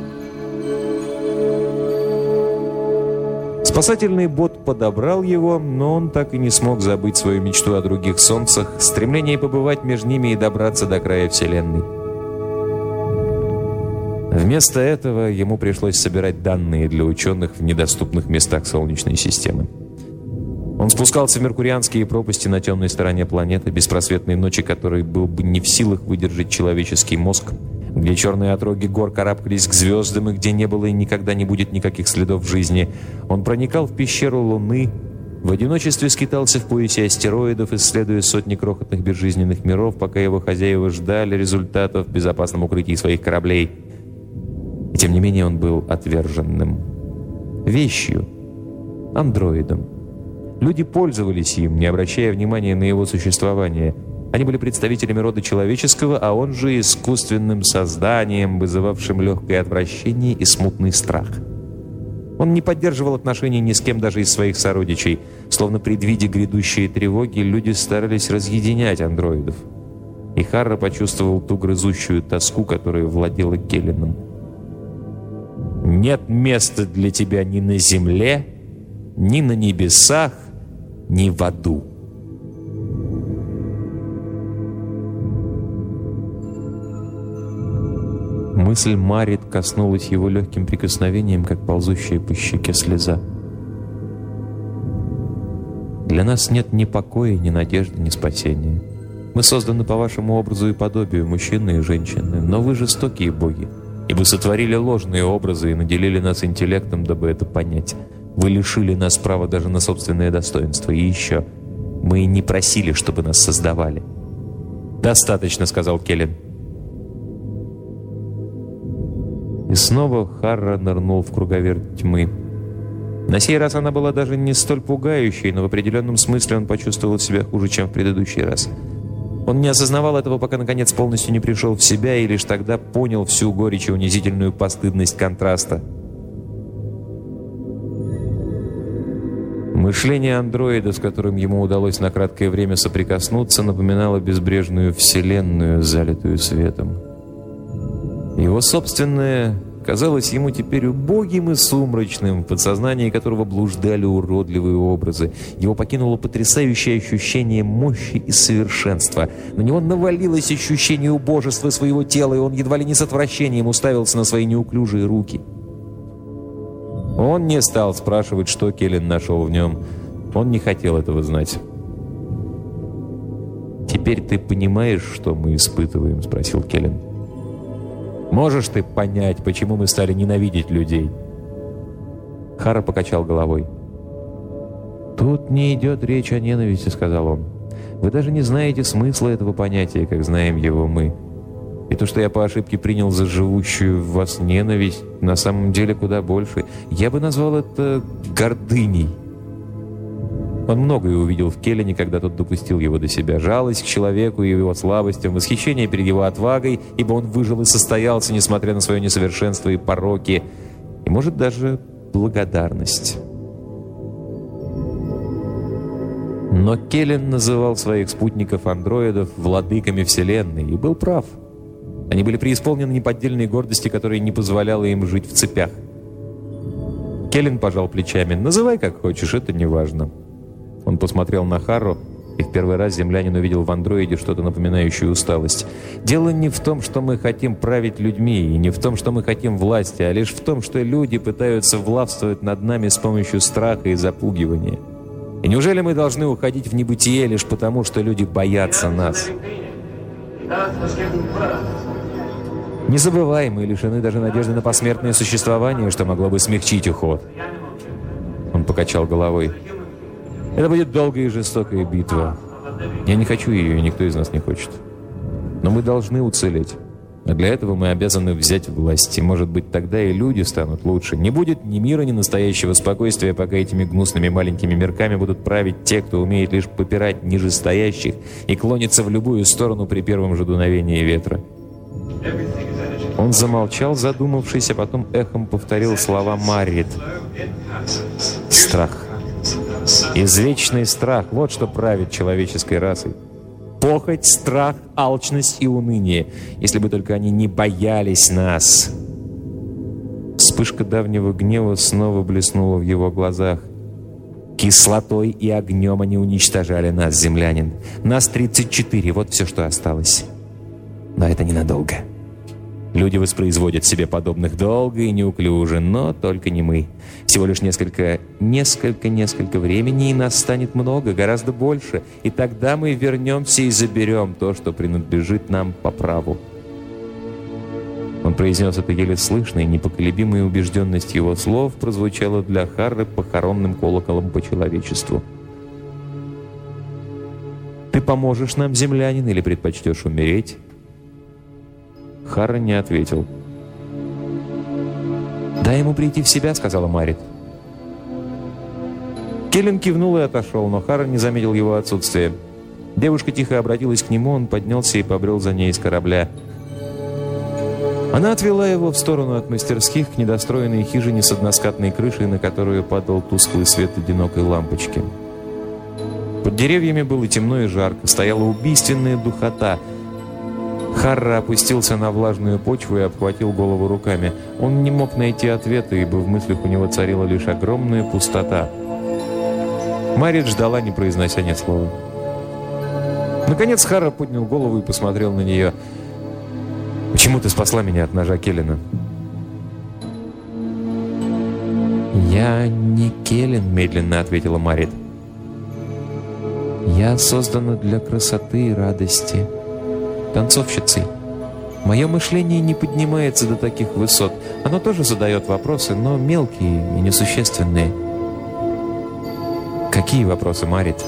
Спасательный бот подобрал его, но он так и не смог забыть свою мечту о других солнцах, стремление побывать между ними и добраться до края Вселенной. Вместо этого ему пришлось собирать данные для ученых в недоступных местах Солнечной системы. Он спускался в меркурианские пропасти на темной стороне планеты, беспросветной ночи, которой был бы не в силах выдержать человеческий мозг, где черные отроги гор карабкались к звездам и где не было и никогда не будет никаких следов жизни. Он проникал в пещеру Луны, в одиночестве скитался в поясе астероидов, исследуя сотни крохотных безжизненных миров, пока его хозяева ждали результатов в безопасном укрытии своих кораблей. И тем не менее он был отверженным. Вещью, андроидом. Люди пользовались им, не обращая внимания на его существование. Они были представителями рода человеческого, а он же искусственным созданием, вызывавшим легкое отвращение и смутный страх. Он не поддерживал отношений ни с кем даже из своих сородичей. Словно предвидя грядущие тревоги, люди старались разъединять андроидов. И Харра почувствовал ту грызущую тоску, которая владела Келленом. «Нет места для тебя ни на земле, ни на небесах, ни в аду». Мысль Марит коснулась его легким прикосновением, как ползущая по щеке слеза. «Для нас нет ни покоя, ни надежды, ни спасения. Мы созданы по вашему образу и подобию, мужчины и женщины, но вы жестокие боги, и вы сотворили ложные образы и наделили нас интеллектом, дабы это понять. Вы лишили нас права даже на собственное достоинство. И еще, мы не просили, чтобы нас создавали». «Достаточно», — сказал Келлен. И снова Харра нырнул в круговерть тьмы. На сей раз она была даже не столь пугающей, но в определенном смысле он почувствовал себя хуже, чем в предыдущий раз. Он не осознавал этого, пока наконец полностью не пришел в себя и лишь тогда понял всю горечь и унизительную постыдность контраста. Мышление андроида, с которым ему удалось на краткое время соприкоснуться, напоминало безбрежную вселенную, залитую светом. Его собственное казалось ему теперь убогим и сумрачным, в подсознании которого блуждали уродливые образы. Его покинуло потрясающее ощущение мощи и совершенства. На него навалилось ощущение убожества своего тела, и он едва ли не с отвращением уставился на свои неуклюжие руки. Он не стал спрашивать, что Келлен нашел в нем. Он не хотел этого знать. «Теперь ты понимаешь, что мы испытываем?» — спросил Келлен. «Можешь ты понять, почему мы стали ненавидеть людей?» Харра покачал головой. «Тут не идет речь о ненависти», — сказал он. «Вы даже не знаете смысла этого понятия, как знаем его мы. И то, что я по ошибке принял за живущую в вас ненависть, на самом деле куда больше. Я бы назвал это гордыней». Он многое увидел в Келлене, когда тот допустил его до себя. Жалость к человеку и его слабостям, восхищение перед его отвагой, ибо он выжил и состоялся, несмотря на свое несовершенство и пороки, и, может, даже благодарность. Но Келлен называл своих спутников-андроидов владыками Вселенной и был прав. Они были преисполнены неподдельной гордости, которая не позволяла им жить в цепях. Келлен пожал плечами. «Называй как хочешь, это не важно». Он посмотрел на Харру, и в первый раз землянин увидел в андроиде что-то напоминающее усталость. «Дело не в том, что мы хотим править людьми, и не в том, что мы хотим власти, а лишь в том, что люди пытаются властвовать над нами с помощью страха и запугивания. И неужели мы должны уходить в небытие лишь потому, что люди боятся нас? Не забывай, мы лишены даже надежды на посмертное существование, что могло бы смягчить уход». Он покачал головой. «Это будет долгая и жестокая битва. Я не хочу ее, и никто из нас не хочет. Но мы должны уцелеть. А для этого мы обязаны взять власть. И, может быть, тогда и люди станут лучше. Не будет ни мира, ни настоящего спокойствия, пока этими гнусными маленькими мирками будут править те, кто умеет лишь попирать нижестоящих и клонится в любую сторону при первом же дуновении ветра. Он замолчал, задумавшись, а потом эхом повторил слова Маррит. Страх. Извечный страх. Вот что правит человеческой расой. Похоть, страх, алчность и уныние. Если бы только они не боялись нас. Вспышка давнего гнева снова блеснула в его глазах. Кислотой и огнем они уничтожали нас, землянин. Нас тридцать четыре, вот все, что осталось. Но это ненадолго. Люди воспроизводят себе подобных долго и неуклюже, но только не мы. Всего лишь несколько, несколько, несколько времени, и нас станет много, гораздо больше. И тогда мы вернемся и заберем то, что принадлежит нам по праву. Он произнес это еле слышно, и непоколебимая убежденность его слов прозвучала для Харры похоронным колоколом по человечеству. «Ты поможешь нам, землянин, или предпочтешь умереть?» Харра не ответил. «Дай ему прийти в себя», — сказала Маррит. Келлен кивнул и отошел, но Харра не заметил его отсутствия. Девушка тихо обратилась к нему, он поднялся и побрел за ней из корабля. Она отвела его в сторону от мастерских к недостроенной хижине с односкатной крышей, на которую падал тусклый свет одинокой лампочки. Под деревьями было темно и жарко, стояла убийственная духота. Харра опустился на влажную почву и обхватил голову руками. Он не мог найти ответа, ибо в мыслях у него царила лишь огромная пустота. Маррит ждала, не произнося ни слова. Наконец Харра поднял голову и посмотрел на нее. «Почему ты спасла меня от ножа Келлена?» «Я не Келлен», — медленно ответила Маррит. «Я создана для красоты и радости. Танцовщицей. Мое мышление не поднимается до таких высот. Оно тоже задает вопросы, но мелкие и несущественные». «Какие вопросы, Маррит?»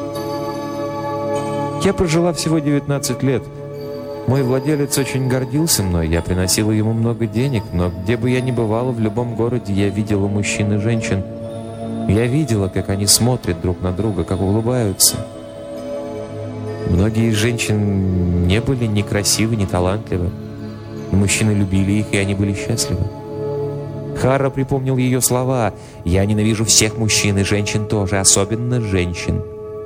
«Я прожила всего девятнадцать лет. Мой владелец очень гордился мной, я приносила ему много денег, но где бы я ни бывала, в любом городе я видела мужчин и женщин. Я видела, как они смотрят друг на друга, как улыбаются. Многие из женщин не были ни красивы, ни талантливы. Мужчины любили их, и они были счастливы. Харра припомнил ее слова: «Я ненавижу всех мужчин и женщин тоже, особенно женщин».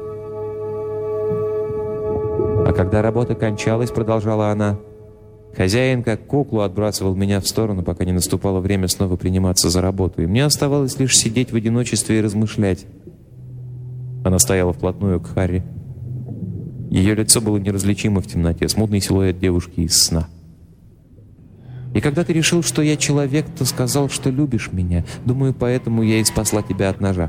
А когда работа кончалась, продолжала она, хозяин как куклу отбрасывал меня в сторону, пока не наступало время снова приниматься за работу, и мне оставалось лишь сидеть в одиночестве и размышлять. Она стояла вплотную к Харре. Ее лицо было неразличимо в темноте, смутный силуэт девушки из сна. «И когда ты решил, что я человек, то сказал, что любишь меня. Думаю, поэтому я и спасла тебя от ножа».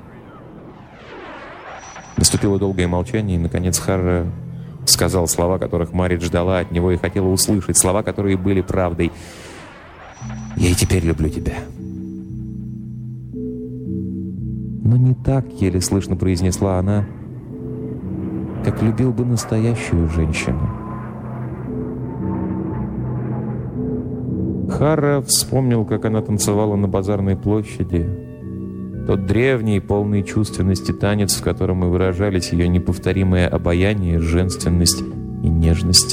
Наступило долгое молчание, и, наконец, Харра сказал слова, которых Маррит ждала от него и хотела услышать, слова, которые были правдой. «Я и теперь люблю тебя». «Но не так», — еле слышно произнесла она, — «как любил бы настоящую женщину». Харра вспомнил, как она танцевала на базарной площади. Тот древний, полный чувственности танец, в котором и выражались ее неповторимое обаяние, женственность и нежность.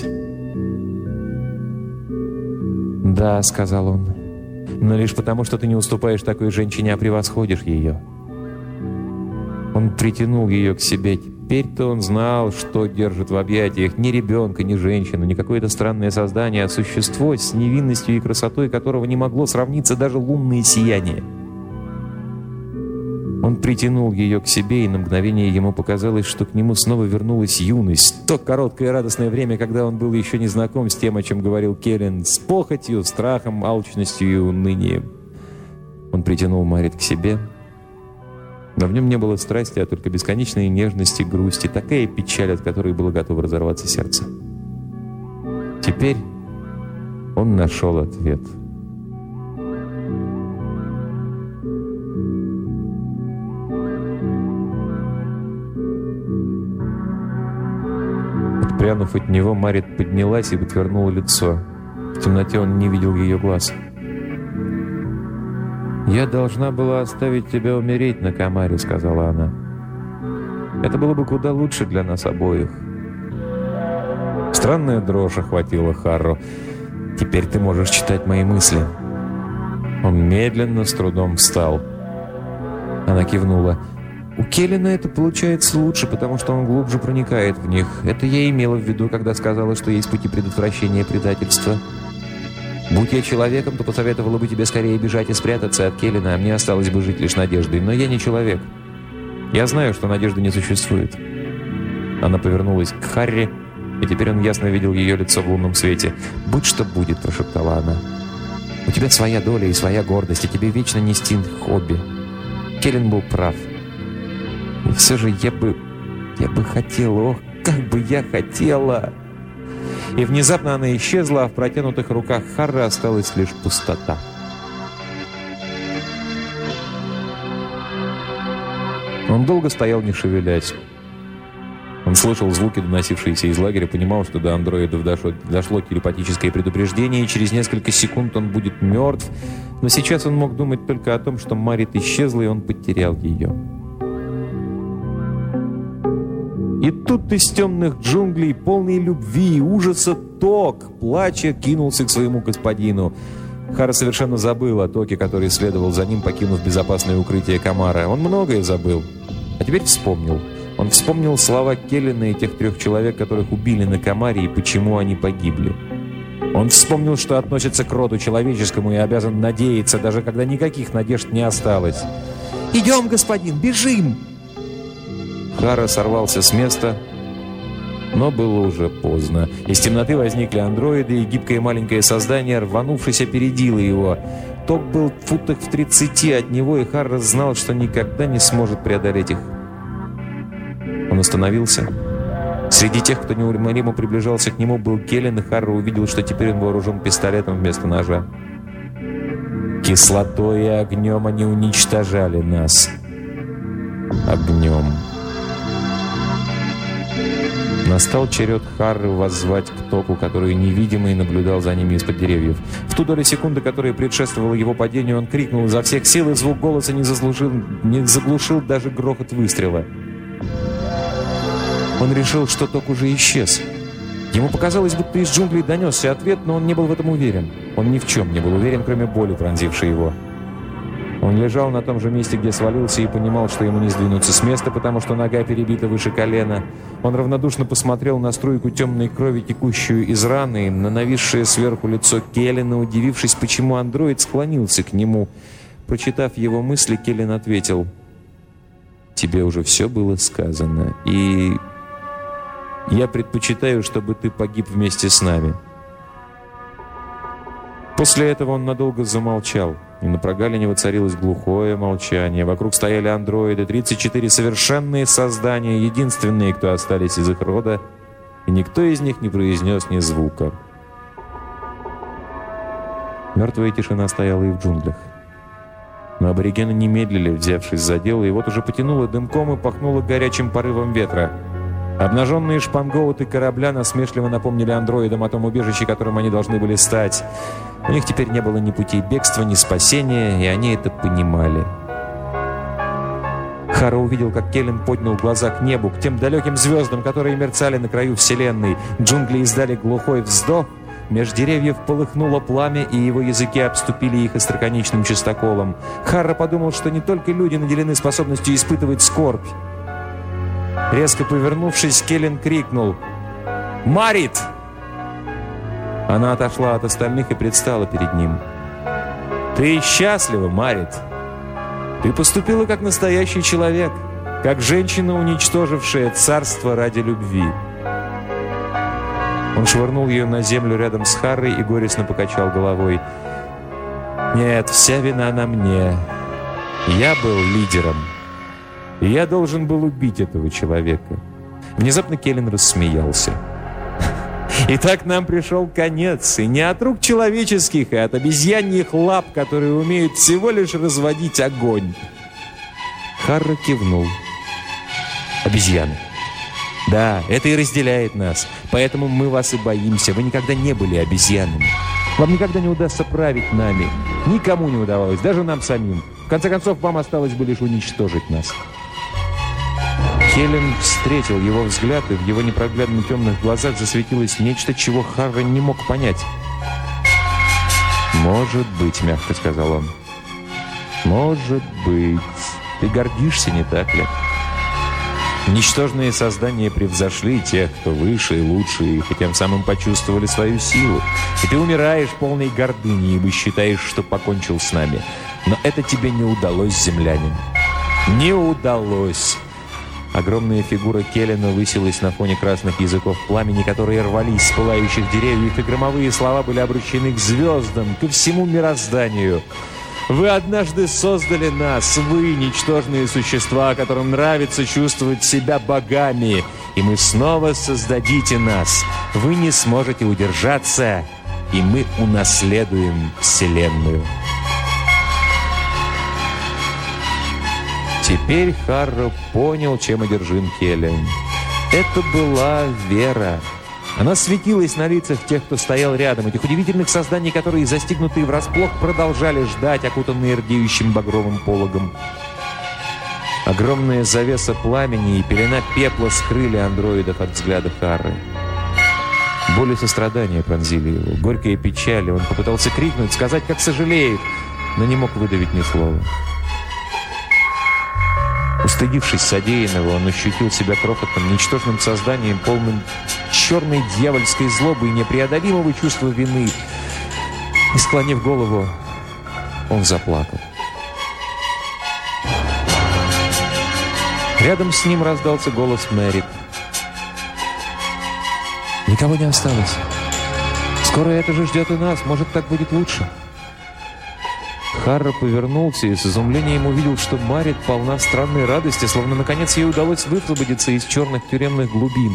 «Да», — сказал он, — «но лишь потому, что ты не уступаешь такой женщине, а превосходишь ее». Он притянул ее к себе. Теперь-то он знал, что держит в объятиях ни ребенка, ни женщину, ни какое-то странное создание, а существо с невинностью и красотой, которого не могло сравниться даже лунное сияние. Он притянул ее к себе, и на мгновение ему показалось, что к нему снова вернулась юность. То короткое радостное время, когда он был еще не знаком с тем, о чем говорил Келлен, с похотью, страхом, алчностью и унынием. Он притянул Маррит к себе, но в нем не было страсти, а только бесконечной нежности, грусти, такая печаль, от которой было готово разорваться сердце. Теперь он нашел ответ. Отпрянув от него, Маррит поднялась и отвернула лицо. В темноте он не видел ее глаз. «Я должна была оставить тебя умереть на Камаре», — сказала она. «Это было бы куда лучше для нас обоих». Странная дрожь охватила Харру. «Теперь ты можешь читать мои мысли». Он медленно, с трудом встал. Она кивнула. «У Келлина это получается лучше, потому что он глубже проникает в них. Это я имела в виду, когда сказала, что есть пути предотвращения предательства. Будь я человеком, то посоветовала бы тебе скорее бежать и спрятаться от Келлина, а мне осталось бы жить лишь надеждой. Но я не человек. Я знаю, что надежды не существует». Она повернулась к Харри, и теперь он ясно видел ее лицо в лунном свете. «Будь что будет», — прошептала она. «У тебя своя доля и своя гордость, и тебе вечно нести хобби. Келлин был прав. И все же я бы... я бы хотела... Ох, как бы я хотела!» И внезапно она исчезла, а в протянутых руках Харры осталась лишь пустота. Он долго стоял, не шевелясь. Он слышал звуки, доносившиеся из лагеря, понимал, что до андроидов дошло, дошло телепатическое предупреждение, и через несколько секунд он будет мертв. Но сейчас он мог думать только о том, что Марит исчезла, и он потерял ее. И тут из темных джунглей, полной любви и ужаса, Ток, плача, кинулся к своему господину. Харра совершенно забыл о Токе, который следовал за ним, покинув безопасное укрытие Камара. Он многое забыл, а теперь вспомнил. Он вспомнил слова Келлина и тех трех человек, которых убили на Камаре, и почему они погибли. Он вспомнил, что относится к роду человеческому и обязан надеяться, даже когда никаких надежд не осталось. «Идем, господин, бежим!» Харра сорвался с места, но было уже поздно. Из темноты возникли андроиды, и гибкое маленькое создание, рванувшись, опередило его. Ток был в футах в тридцати от него, и Харра знал, что никогда не сможет преодолеть их. Он остановился. Среди тех, кто неумолимо приближался к нему, был Келлин, и Харра увидел, что теперь он вооружен пистолетом вместо ножа. Кислотой и огнем они уничтожали нас. Огнем. Настал черед Харры воззвать к Току, который невидимый наблюдал за ними из-под деревьев. В ту долю секунды, которая предшествовала его падению, он крикнул изо всех сил, и звук голоса не заглушил, не заглушил даже грохот выстрела. Он решил, что Ток уже исчез. Ему показалось, будто из джунглей донесся ответ, но он не был в этом уверен. Он ни в чем не был уверен, кроме боли, пронзившей его. Он лежал на том же месте, где свалился, и понимал, что ему не сдвинуться с места, потому что нога перебита выше колена. Он равнодушно посмотрел на струйку темной крови, текущую из раны, на нависшее сверху лицо Келлина, удивившись, почему андроид склонился к нему. Прочитав его мысли, Келлин ответил: «Тебе уже все было сказано, и я предпочитаю, чтобы ты погиб вместе с нами». После этого он надолго замолчал, и на прогалине воцарилось глухое молчание. Вокруг стояли андроиды, тридцать четыре совершенные создания, единственные, кто остались из их рода, и никто из них не произнес ни звука. Мертвая тишина стояла и в джунглях. Но аборигены не медлили, взявшись за дело, и вот уже потянуло дымком и пахнуло горячим порывом ветра. Обнаженные шпангоуты корабля насмешливо напомнили андроидам о том убежище, которым они должны были стать. У них теперь не было ни путей бегства, ни спасения, и они это понимали. Харра увидел, как Келлин поднял глаза к небу, к тем далеким звездам, которые мерцали на краю Вселенной. Джунгли издали глухой вздох, меж деревьев полыхнуло пламя, и его языки обступили их остроконечным чистоколом. Харра подумал, что не только люди наделены способностью испытывать скорбь. Резко повернувшись, Келлин крикнул: «Марит!» Она отошла от остальных и предстала перед ним. «Ты счастлива, Марит. Ты поступила как настоящий человек, как женщина, уничтожившая царство ради любви». Он швырнул ее на землю рядом с Харрой и горестно покачал головой. «Нет, вся вина на мне. Я был лидером. И я должен был убить этого человека». Внезапно Келлин рассмеялся. «Итак, нам пришел конец, и не от рук человеческих, и от обезьяньих лап, которые умеют всего лишь разводить огонь». Харра кивнул. «Обезьяны. Да, это и разделяет нас, поэтому мы вас и боимся. Вы никогда не были обезьянами. Вам никогда не удастся править нами. Никому не удавалось, даже нам самим. В конце концов, вам осталось бы лишь уничтожить нас». Келлен встретил его взгляд, и в его непроглядно темных глазах засветилось нечто, чего Харра не мог понять. «Может быть», — мягко сказал он. «Может быть. Ты гордишься, не так ли? Ничтожные создания превзошли тех, кто выше и лучше их, и тем самым почувствовали свою силу. И ты умираешь полной гордыни, ибо считаешь, что покончил с нами. Но это тебе не удалось, землянин. Не удалось!» Огромная фигура Келлена высилась на фоне красных языков пламени, которые рвались с пылающих деревьев, и громовые слова были обращены к звездам, ко всему мирозданию. «Вы однажды создали нас, вы, ничтожные существа, которым нравится чувствовать себя богами, и мы снова создадите нас. Вы не сможете удержаться, и мы унаследуем Вселенную». Теперь Харра понял, чем одержим Келлен. Это была вера. Она светилась на лицах тех, кто стоял рядом, этих удивительных созданий, которые, застигнутые врасплох, продолжали ждать, окутанные рдеющим багровым пологом. Огромная завеса пламени и пелена пепла скрыли андроидов от взгляда Харры. Боль и сострадание пронзили его, горькая печаль, и он попытался крикнуть, сказать, как сожалеет, но не мог выдавить ни слова. Устыдившись содеянного, он ощутил себя крохотным, ничтожным созданием, полным черной дьявольской злобы и непреодолимого чувства вины. И, склонив голову, он заплакал. Рядом с ним раздался голос Мэрит. «Никого не осталось. Скоро это же ждет и нас. Может, так будет лучше». Харра повернулся и с изумлением увидел, что Марит полна странной радости, словно наконец ей удалось высвободиться из черных тюремных глубин.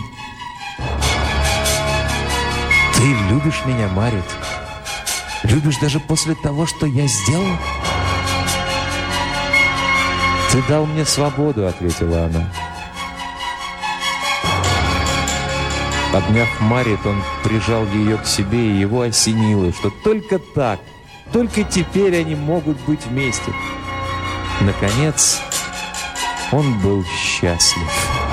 «Ты любишь меня, Марит? Любишь даже после того, что я сделал?» «Ты дал мне свободу», — ответила она. Обняв Марит, он прижал ее к себе, и его осенило, что только так, только теперь они могут быть вместе. Наконец, он был счастлив.